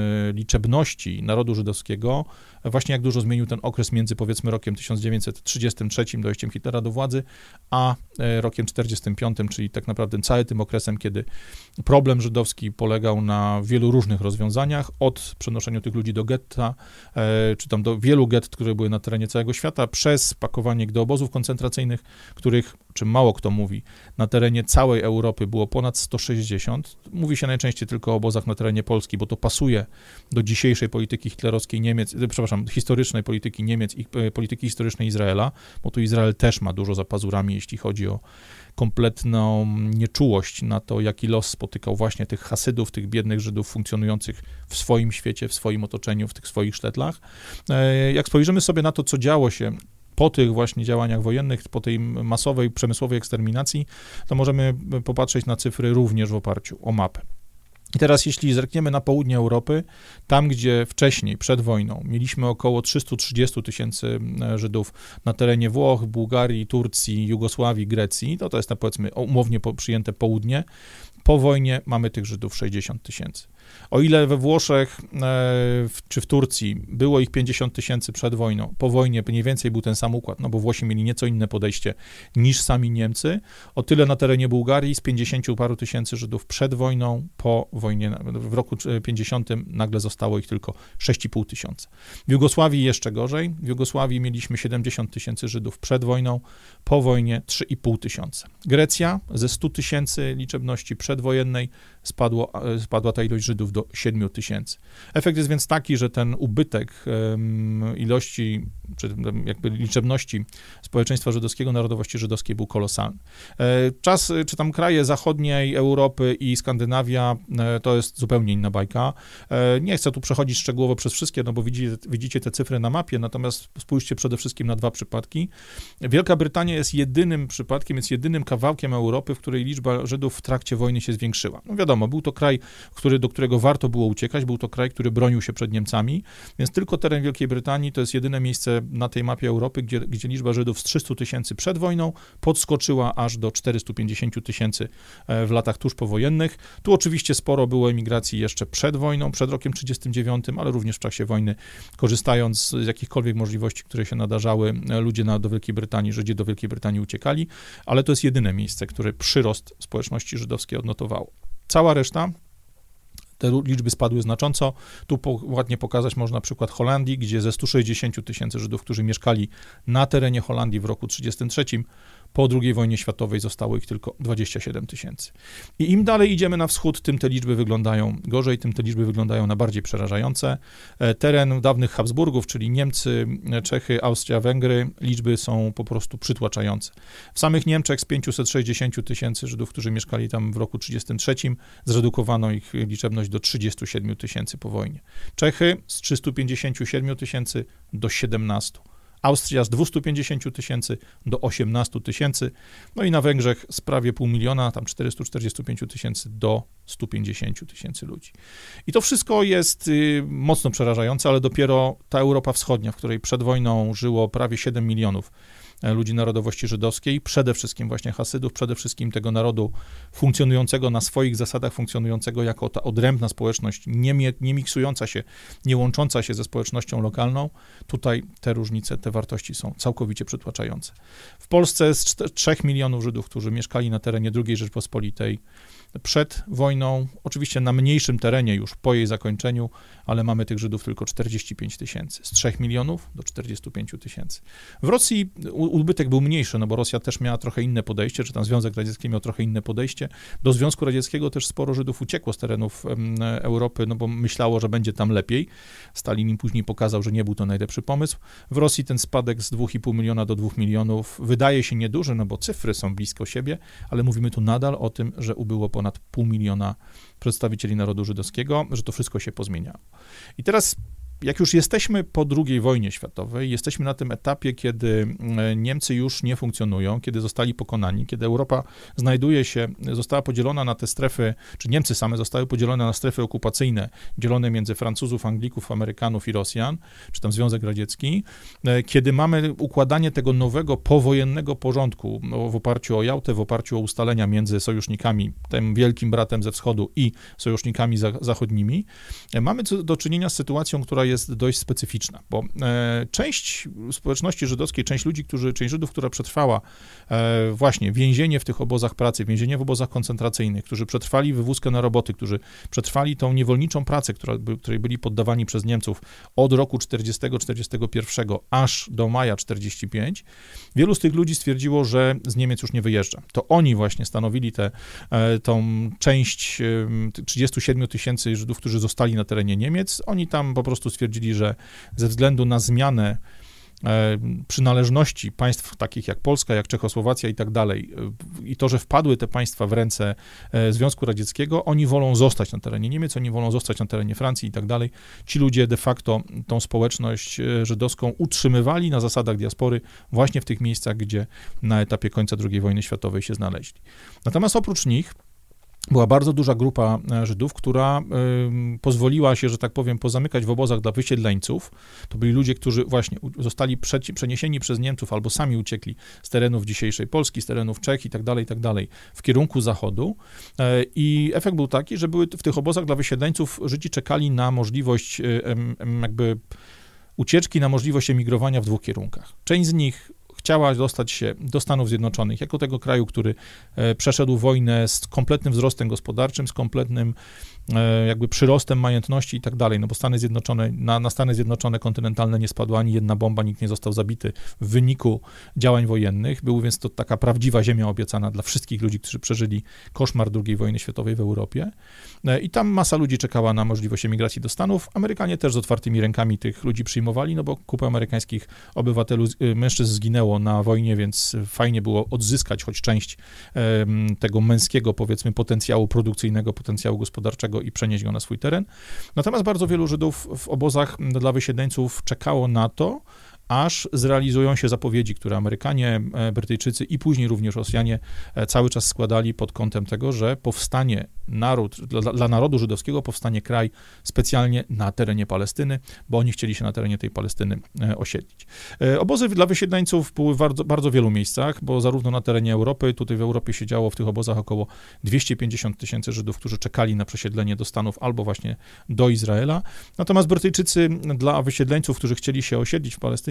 liczebności narodu żydowskiego, właśnie jak dużo zmienił ten okres między, powiedzmy, rokiem tysiąc dziewięćset trzydziestym trzecim, dojściem Hitlera do władzy, a rokiem czterdziestym piątym, czyli tak naprawdę całym tym okresem, kiedy problem żydowski polegał na wielu różnych rozwiązaniach, od przenoszenia tych ludzi do getta, czy tam do wielu gett, które były na terenie całego świata, przez pakowanie ich do obozów koncentracyjnych, których, czym mało kto mówi, na terenie całej Europy było ponad sto sześćdziesiąt. Mówi się najczęściej tylko o obozach na terenie Polski, bo to pasuje do dzisiejszej polityki hitlerowskiej Niemiec, przepraszam, historycznej polityki Niemiec i polityki historycznej Izraela, bo tu Izrael też ma dużo za pazurami, jeśli chodzi o kompletną nieczułość na to, jaki los spotykał właśnie tych Hasydów, tych biednych Żydów funkcjonujących w swoim świecie, w swoim otoczeniu, w tych swoich sztetlach. Jak spojrzymy sobie na to, co działo się po tych właśnie działaniach wojennych, po tej masowej, przemysłowej eksterminacji, to możemy popatrzeć na cyfry również w oparciu o mapę. I teraz, jeśli zerkniemy na południe Europy, tam, gdzie wcześniej, przed wojną, mieliśmy około trzysta trzydzieści tysięcy Żydów na terenie Włoch, Bułgarii, Turcji, Jugosławii, Grecji, to to jest, powiedzmy, umownie przyjęte południe, po wojnie mamy tych Żydów sześćdziesiąt tysięcy. O ile we Włoszech e, w, czy w Turcji było ich pięćdziesiąt tysięcy przed wojną, po wojnie mniej więcej był ten sam układ, no bo Włosi mieli nieco inne podejście niż sami Niemcy, o tyle na terenie Bułgarii z pięćdziesięciu paru tysięcy Żydów przed wojną, po wojnie w roku pięćdziesiątym nagle zostało ich tylko sześć i pół tysiąca. W Jugosławii jeszcze gorzej, w Jugosławii mieliśmy siedemdziesiąt tysięcy Żydów przed wojną, po wojnie trzy i pół tysiąca. Grecja ze stu tysięcy liczebności przedwojennej spadło, spadła ta ilość Żydów do siedmiu tysięcy. Efekt jest więc taki, że ten ubytek um, ilości, czy jakby liczebności społeczeństwa żydowskiego, narodowości żydowskiej był kolosalny. E, czas, czy tam kraje zachodniej Europy i Skandynawia, e, to jest zupełnie inna bajka. E, nie chcę tu przechodzić szczegółowo przez wszystkie, no bo widzicie, widzicie te cyfry na mapie, natomiast spójrzcie przede wszystkim na dwa przypadki. Wielka Brytania jest jedynym przypadkiem, jest jedynym kawałkiem Europy, w której liczba Żydów w trakcie wojny się zwiększyła. No wiadomo, był to kraj, który, do którego warto było uciekać, był to kraj, który bronił się przed Niemcami, więc tylko teren Wielkiej Brytanii to jest jedyne miejsce na tej mapie Europy, gdzie, gdzie liczba Żydów z trzystu tysięcy przed wojną podskoczyła aż do czterystu pięćdziesięciu tysięcy w latach tuż powojennych. Tu oczywiście sporo było emigracji jeszcze przed wojną, przed rokiem trzydziestym dziewiątym, ale również w czasie wojny, korzystając z jakichkolwiek możliwości, które się nadarzały, ludzie na, do Wielkiej Brytanii, Żydzi do Wielkiej Brytanii uciekali, ale to jest jedyne miejsce, które przyrost społeczności żydowskiej odnotowało. Cała reszta te liczby spadły znacząco. Tu po, ładnie pokazać można przykład Holandii, gdzie ze stu sześćdziesięciu tysięcy Żydów, którzy mieszkali na terenie Holandii w roku trzydziestym trzecim, po drugiej wojnie światowej zostało ich tylko dwadzieścia siedem tysięcy. I im dalej idziemy na wschód, tym te liczby wyglądają gorzej, tym te liczby wyglądają na bardziej przerażające. Teren dawnych Habsburgów, czyli Niemcy, Czechy, Austria, Węgry, liczby są po prostu przytłaczające. W samych Niemczech z pięciuset sześćdziesięciu tysięcy Żydów, którzy mieszkali tam w roku trzydziestym trzecim, zredukowano ich liczebność do trzydziestu siedmiu tysięcy po wojnie. Czechy z trzystu pięćdziesięciu siedmiu tysięcy do siedemnastu. Austria z dwustu pięćdziesięciu tysięcy do osiemnastu tysięcy, no i na Węgrzech z prawie pół miliona, tam czterystu czterdziestu pięciu tysięcy do stu pięćdziesięciu tysięcy ludzi. I to wszystko jest y, mocno przerażające, ale dopiero ta Europa Wschodnia, w której przed wojną żyło prawie siedem milionów ludzi narodowości żydowskiej, przede wszystkim właśnie Hasydów, przede wszystkim tego narodu funkcjonującego na swoich zasadach, funkcjonującego jako ta odrębna społeczność, nie, nie miksująca się, nie łącząca się ze społecznością lokalną, tutaj te różnice, te wartości są całkowicie przytłaczające. W Polsce z trzech milionów Żydów, którzy mieszkali na terenie drugiej Rzeczpospolitej przed wojną, oczywiście na mniejszym terenie już po jej zakończeniu, ale mamy tych Żydów tylko czterdzieści pięć tysięcy, z trzech milionów do czterdziestu pięciu tysięcy. W Rosji ubytek był mniejszy, no bo Rosja też miała trochę inne podejście, czy tam Związek Radziecki miał trochę inne podejście. Do Związku Radzieckiego też sporo Żydów uciekło z terenów Europy, no bo myślało, że będzie tam lepiej. Stalin im później pokazał, że nie był to najlepszy pomysł. W Rosji ten spadek z dwóch i pół miliona do dwóch milionów wydaje się nieduży, no bo cyfry są blisko siebie, ale mówimy tu nadal o tym, że ubyło ponad pół miliona przedstawicieli narodu żydowskiego, że to wszystko się pozmieniało. I teraz, jak już jesteśmy po drugiej wojnie światowej, jesteśmy na tym etapie, kiedy Niemcy już nie funkcjonują, kiedy zostali pokonani, kiedy Europa znajduje się, została podzielona na te strefy, czy Niemcy same zostały podzielone na strefy okupacyjne, dzielone między Francuzów, Anglików, Amerykanów i Rosjan, czy tam Związek Radziecki, kiedy mamy układanie tego nowego, powojennego porządku w oparciu o Jałtę, w oparciu o ustalenia między sojusznikami, tym wielkim bratem ze wschodu i sojusznikami zachodnimi, mamy do czynienia z sytuacją, która jest jest dość specyficzna, bo e, część społeczności żydowskiej, część ludzi, którzy, część Żydów, która przetrwała e, właśnie więzienie w tych obozach pracy, więzienie w obozach koncentracyjnych, którzy przetrwali wywózkę na roboty, którzy przetrwali tą niewolniczą pracę, która, której byli poddawani przez Niemców od roku czterdziestego czterdziestego pierwszego aż do maja czterdziestego piątego, wielu z tych ludzi stwierdziło, że z Niemiec już nie wyjeżdża. To oni właśnie stanowili tę e, tą część e, trzydziestu siedmiu tysięcy Żydów, którzy zostali na terenie Niemiec. Oni tam po prostu stwierdzili, że ze względu na zmianę e, przynależności państw takich jak Polska, jak Czechosłowacja i tak dalej, e, i to, że wpadły te państwa w ręce e, Związku Radzieckiego, oni wolą zostać na terenie Niemiec, oni wolą zostać na terenie Francji i tak dalej. Ci ludzie de facto tą społeczność e, żydowską utrzymywali na zasadach diaspory właśnie w tych miejscach, gdzie na etapie końca drugiej wojny światowej się znaleźli. Natomiast oprócz nich była bardzo duża grupa Żydów, która y, pozwoliła się, że tak powiem, pozamykać w obozach dla wysiedleńców. To byli ludzie, którzy właśnie zostali przeci- przeniesieni przez Niemców albo sami uciekli z terenów dzisiejszej Polski, z terenów Czech i tak dalej, i tak dalej, w kierunku zachodu. Y, I efekt był taki, że były w tych obozach dla wysiedleńców Żydzi czekali na możliwość y, y, jakby ucieczki, na możliwość emigrowania w dwóch kierunkach. Część z nich chciała dostać się do Stanów Zjednoczonych, jako tego kraju, który e, przeszedł wojnę z kompletnym wzrostem gospodarczym, z kompletnym e, jakby przyrostem majątności i tak dalej, no bo Stany Zjednoczone, na, na Stany Zjednoczone kontynentalne nie spadła ani jedna bomba, nikt nie został zabity w wyniku działań wojennych, był więc to taka prawdziwa ziemia obiecana dla wszystkich ludzi, którzy przeżyli koszmar drugiej wojny światowej w Europie e, i tam masa ludzi czekała na możliwość emigracji do Stanów. Amerykanie też z otwartymi rękami tych ludzi przyjmowali, no bo kupę amerykańskich obywateli, mężczyzn zginęło na wojnie, więc fajnie było odzyskać choć część um, tego męskiego, powiedzmy, potencjału produkcyjnego, potencjału gospodarczego i przenieść go na swój teren. Natomiast bardzo wielu Żydów w obozach dla wysiedleńców czekało na to, aż zrealizują się zapowiedzi, które Amerykanie, Brytyjczycy i później również Rosjanie cały czas składali pod kątem tego, że powstanie naród, dla, dla narodu żydowskiego powstanie kraj specjalnie na terenie Palestyny, bo oni chcieli się na terenie tej Palestyny osiedlić. Obozy dla wysiedleńców były w bardzo, bardzo wielu miejscach, bo zarówno na terenie Europy, tutaj w Europie siedziało w tych obozach około dwieście pięćdziesiąt tysięcy Żydów, którzy czekali na przesiedlenie do Stanów albo właśnie do Izraela. Natomiast Brytyjczycy dla wysiedleńców, którzy chcieli się osiedlić w Palestynie,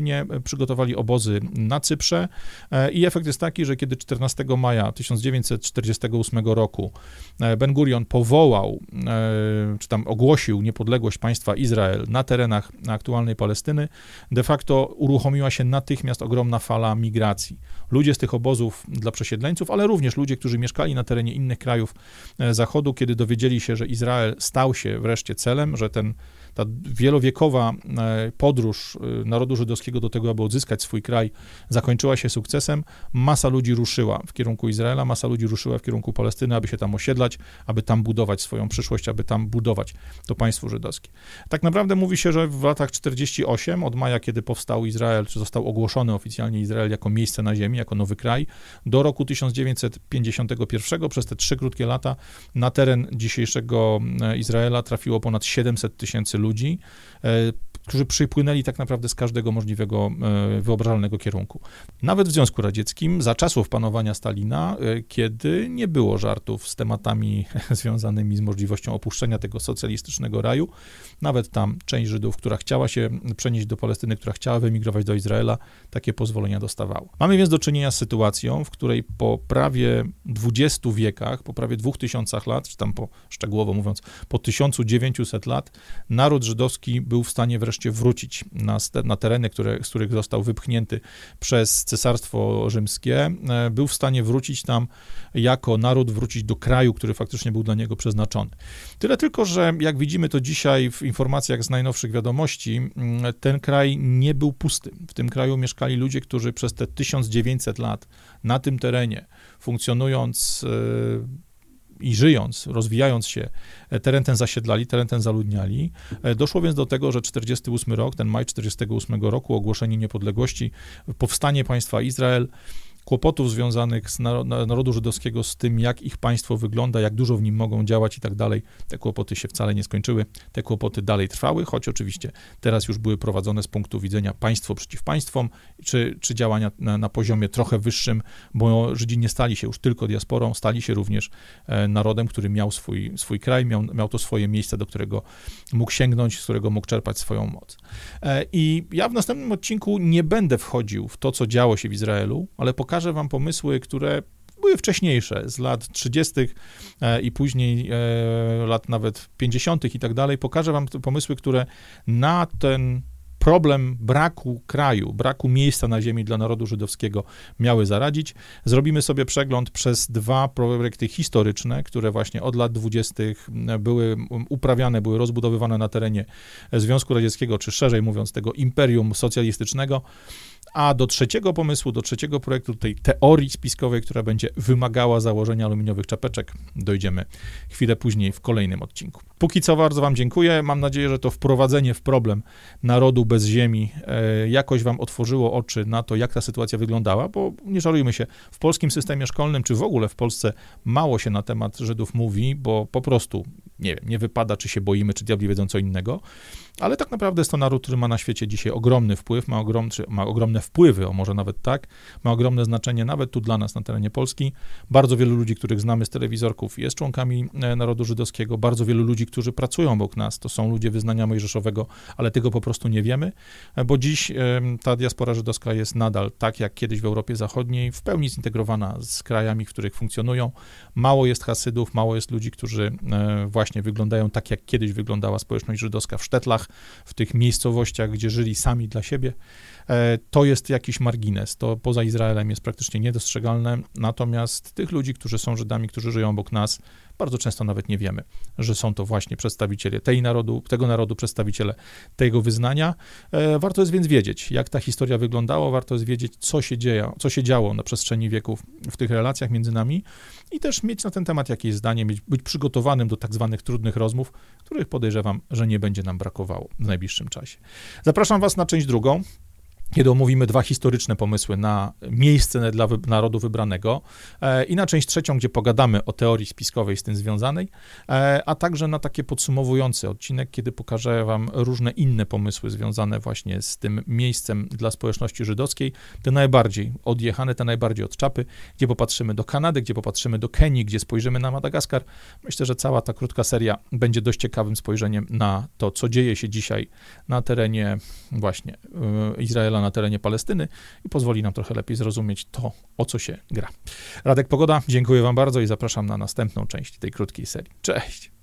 Palestynie, przygotowali obozy na Cyprze i efekt jest taki, że kiedy czternastego maja tysiąc dziewięćset czterdziestego ósmego roku Ben Gurion powołał, czy tam ogłosił niepodległość państwa Izrael na terenach aktualnej Palestyny, de facto uruchomiła się natychmiast ogromna fala migracji. Ludzie z tych obozów dla przesiedleńców, ale również ludzie, którzy mieszkali na terenie innych krajów Zachodu, kiedy dowiedzieli się, że Izrael stał się wreszcie celem, że ten ta wielowiekowa podróż narodu żydowskiego do tego, aby odzyskać swój kraj, zakończyła się sukcesem. Masa ludzi ruszyła w kierunku Izraela, masa ludzi ruszyła w kierunku Palestyny, aby się tam osiedlać, aby tam budować swoją przyszłość, aby tam budować to państwo żydowskie. Tak naprawdę mówi się, że w latach czterdziestym ósmym, od maja, kiedy powstał Izrael, czy został ogłoszony oficjalnie Izrael jako miejsce na ziemi, jako nowy kraj, do roku tysiąc dziewięćset pięćdziesiątego pierwszego, przez te trzy krótkie lata, na teren dzisiejszego Izraela trafiło ponad siedemset tysięcy ludzi, którzy przypłynęli tak naprawdę z każdego możliwego wyobrażalnego kierunku. Nawet w Związku Radzieckim, za czasów panowania Stalina, kiedy nie było żartów z tematami związanymi z możliwością opuszczenia tego socjalistycznego raju, nawet tam część Żydów, która chciała się przenieść do Palestyny, która chciała wyemigrować do Izraela, takie pozwolenia dostawała. Mamy więc do czynienia z sytuacją, w której po prawie dwudziestu wiekach, po prawie dwóch tysiącach lat, czy tam po, szczegółowo mówiąc, po tysiąc dziewięćset lat, naród żydowski był w stanie wreszcie wrócić na, na tereny, które, z których został wypchnięty przez Cesarstwo Rzymskie, był w stanie wrócić tam jako naród, wrócić do kraju, który faktycznie był dla niego przeznaczony. Tyle tylko, że jak widzimy to dzisiaj w informacjach z najnowszych wiadomości, ten kraj nie był pusty. W tym kraju mieszkali ludzie, którzy przez te tysiąc dziewięćset lat na tym terenie, funkcjonując i żyjąc, rozwijając się, teren ten zasiedlali, teren ten zaludniali. Doszło więc do tego, że czterdziesty ósmy rok, ten maj czterdziestego ósmego roku, ogłoszenie niepodległości, powstanie państwa Izrael, kłopotów związanych z narodu żydowskiego, z tym, jak ich państwo wygląda, jak dużo w nim mogą działać i tak dalej. Te kłopoty się wcale nie skończyły. Te kłopoty dalej trwały, choć oczywiście teraz już były prowadzone z punktu widzenia państwo przeciw państwom, czy, czy działania na, na poziomie trochę wyższym, bo Żydzi nie stali się już tylko diasporą, stali się również e, narodem, który miał swój, swój kraj, miał, miał to swoje miejsce, do którego mógł sięgnąć, z którego mógł czerpać swoją moc. E, I ja w następnym odcinku nie będę wchodził w to, co działo się w Izraelu, ale pokażę Pokażę wam pomysły, które były wcześniejsze, z lat trzydziestych i później lat nawet pięćdziesiątych i tak dalej. Pokażę wam pomysły, które na ten problem braku kraju, braku miejsca na ziemi dla narodu żydowskiego miały zaradzić. Zrobimy sobie przegląd przez dwa projekty historyczne, które właśnie od lat dwudziestych były uprawiane, były rozbudowywane na terenie Związku Radzieckiego, czy szerzej mówiąc tego imperium socjalistycznego. A do trzeciego pomysłu, do trzeciego projektu, tej teorii spiskowej, która będzie wymagała założenia aluminiowych czapeczek, dojdziemy chwilę później w kolejnym odcinku. Póki co bardzo wam dziękuję. Mam nadzieję, że to wprowadzenie w problem narodu bez ziemi e, jakoś wam otworzyło oczy na to, jak ta sytuacja wyglądała, bo nie żarujmy się, w polskim systemie szkolnym, czy w ogóle w Polsce mało się na temat Żydów mówi, bo po prostu, nie wiem, nie wypada, czy się boimy, czy diabli wiedzą co innego, ale tak naprawdę jest to naród, który ma na świecie dzisiaj ogromny wpływ, ma, ogrom, czy ma ogromne wpływy, o może nawet tak, ma ogromne znaczenie nawet tu dla nas na terenie Polski. Bardzo wielu ludzi, których znamy z telewizorków, jest członkami narodu żydowskiego, bardzo wielu ludzi, którzy pracują obok nas, to są ludzie wyznania mojżeszowego, ale tego po prostu nie wiemy, bo dziś ta diaspora żydowska jest nadal, tak jak kiedyś w Europie Zachodniej, w pełni zintegrowana z krajami, w których funkcjonują. Mało jest Hasydów, mało jest ludzi, którzy właśnie wyglądają tak, jak kiedyś wyglądała społeczność żydowska w sztetlach, w tych miejscowościach, gdzie żyli sami dla siebie. To jest jakiś margines, to poza Izraelem jest praktycznie niedostrzegalne, natomiast tych ludzi, którzy są Żydami, którzy żyją obok nas, bardzo często nawet nie wiemy, że są to właśnie przedstawiciele tej narodu, tego narodu, przedstawiciele tego wyznania. Warto jest więc wiedzieć, jak ta historia wyglądała, warto jest wiedzieć, co się dzieje, co się działo na przestrzeni wieków w tych relacjach między nami i też mieć na ten temat jakieś zdanie, mieć, być przygotowanym do tak zwanych trudnych rozmów, których podejrzewam, że nie będzie nam brakowało w najbliższym czasie. Zapraszam was na część drugą, kiedy omówimy dwa historyczne pomysły na miejsce dla wy- narodu wybranego e, i na część trzecią, gdzie pogadamy o teorii spiskowej z tym związanej, e, a także na takie podsumowujący odcinek, kiedy pokażę wam różne inne pomysły związane właśnie z tym miejscem dla społeczności żydowskiej, te najbardziej odjechane, te najbardziej od czapy, gdzie popatrzymy do Kanady, gdzie popatrzymy do Kenii, gdzie spojrzymy na Madagaskar. Myślę, że cała ta krótka seria będzie dość ciekawym spojrzeniem na to, co dzieje się dzisiaj na terenie właśnie y, Izraela, na terenie Palestyny i pozwoli nam trochę lepiej zrozumieć to, o co się gra. Radek Pogoda, dziękuję wam bardzo i zapraszam na następną część tej krótkiej serii. Cześć!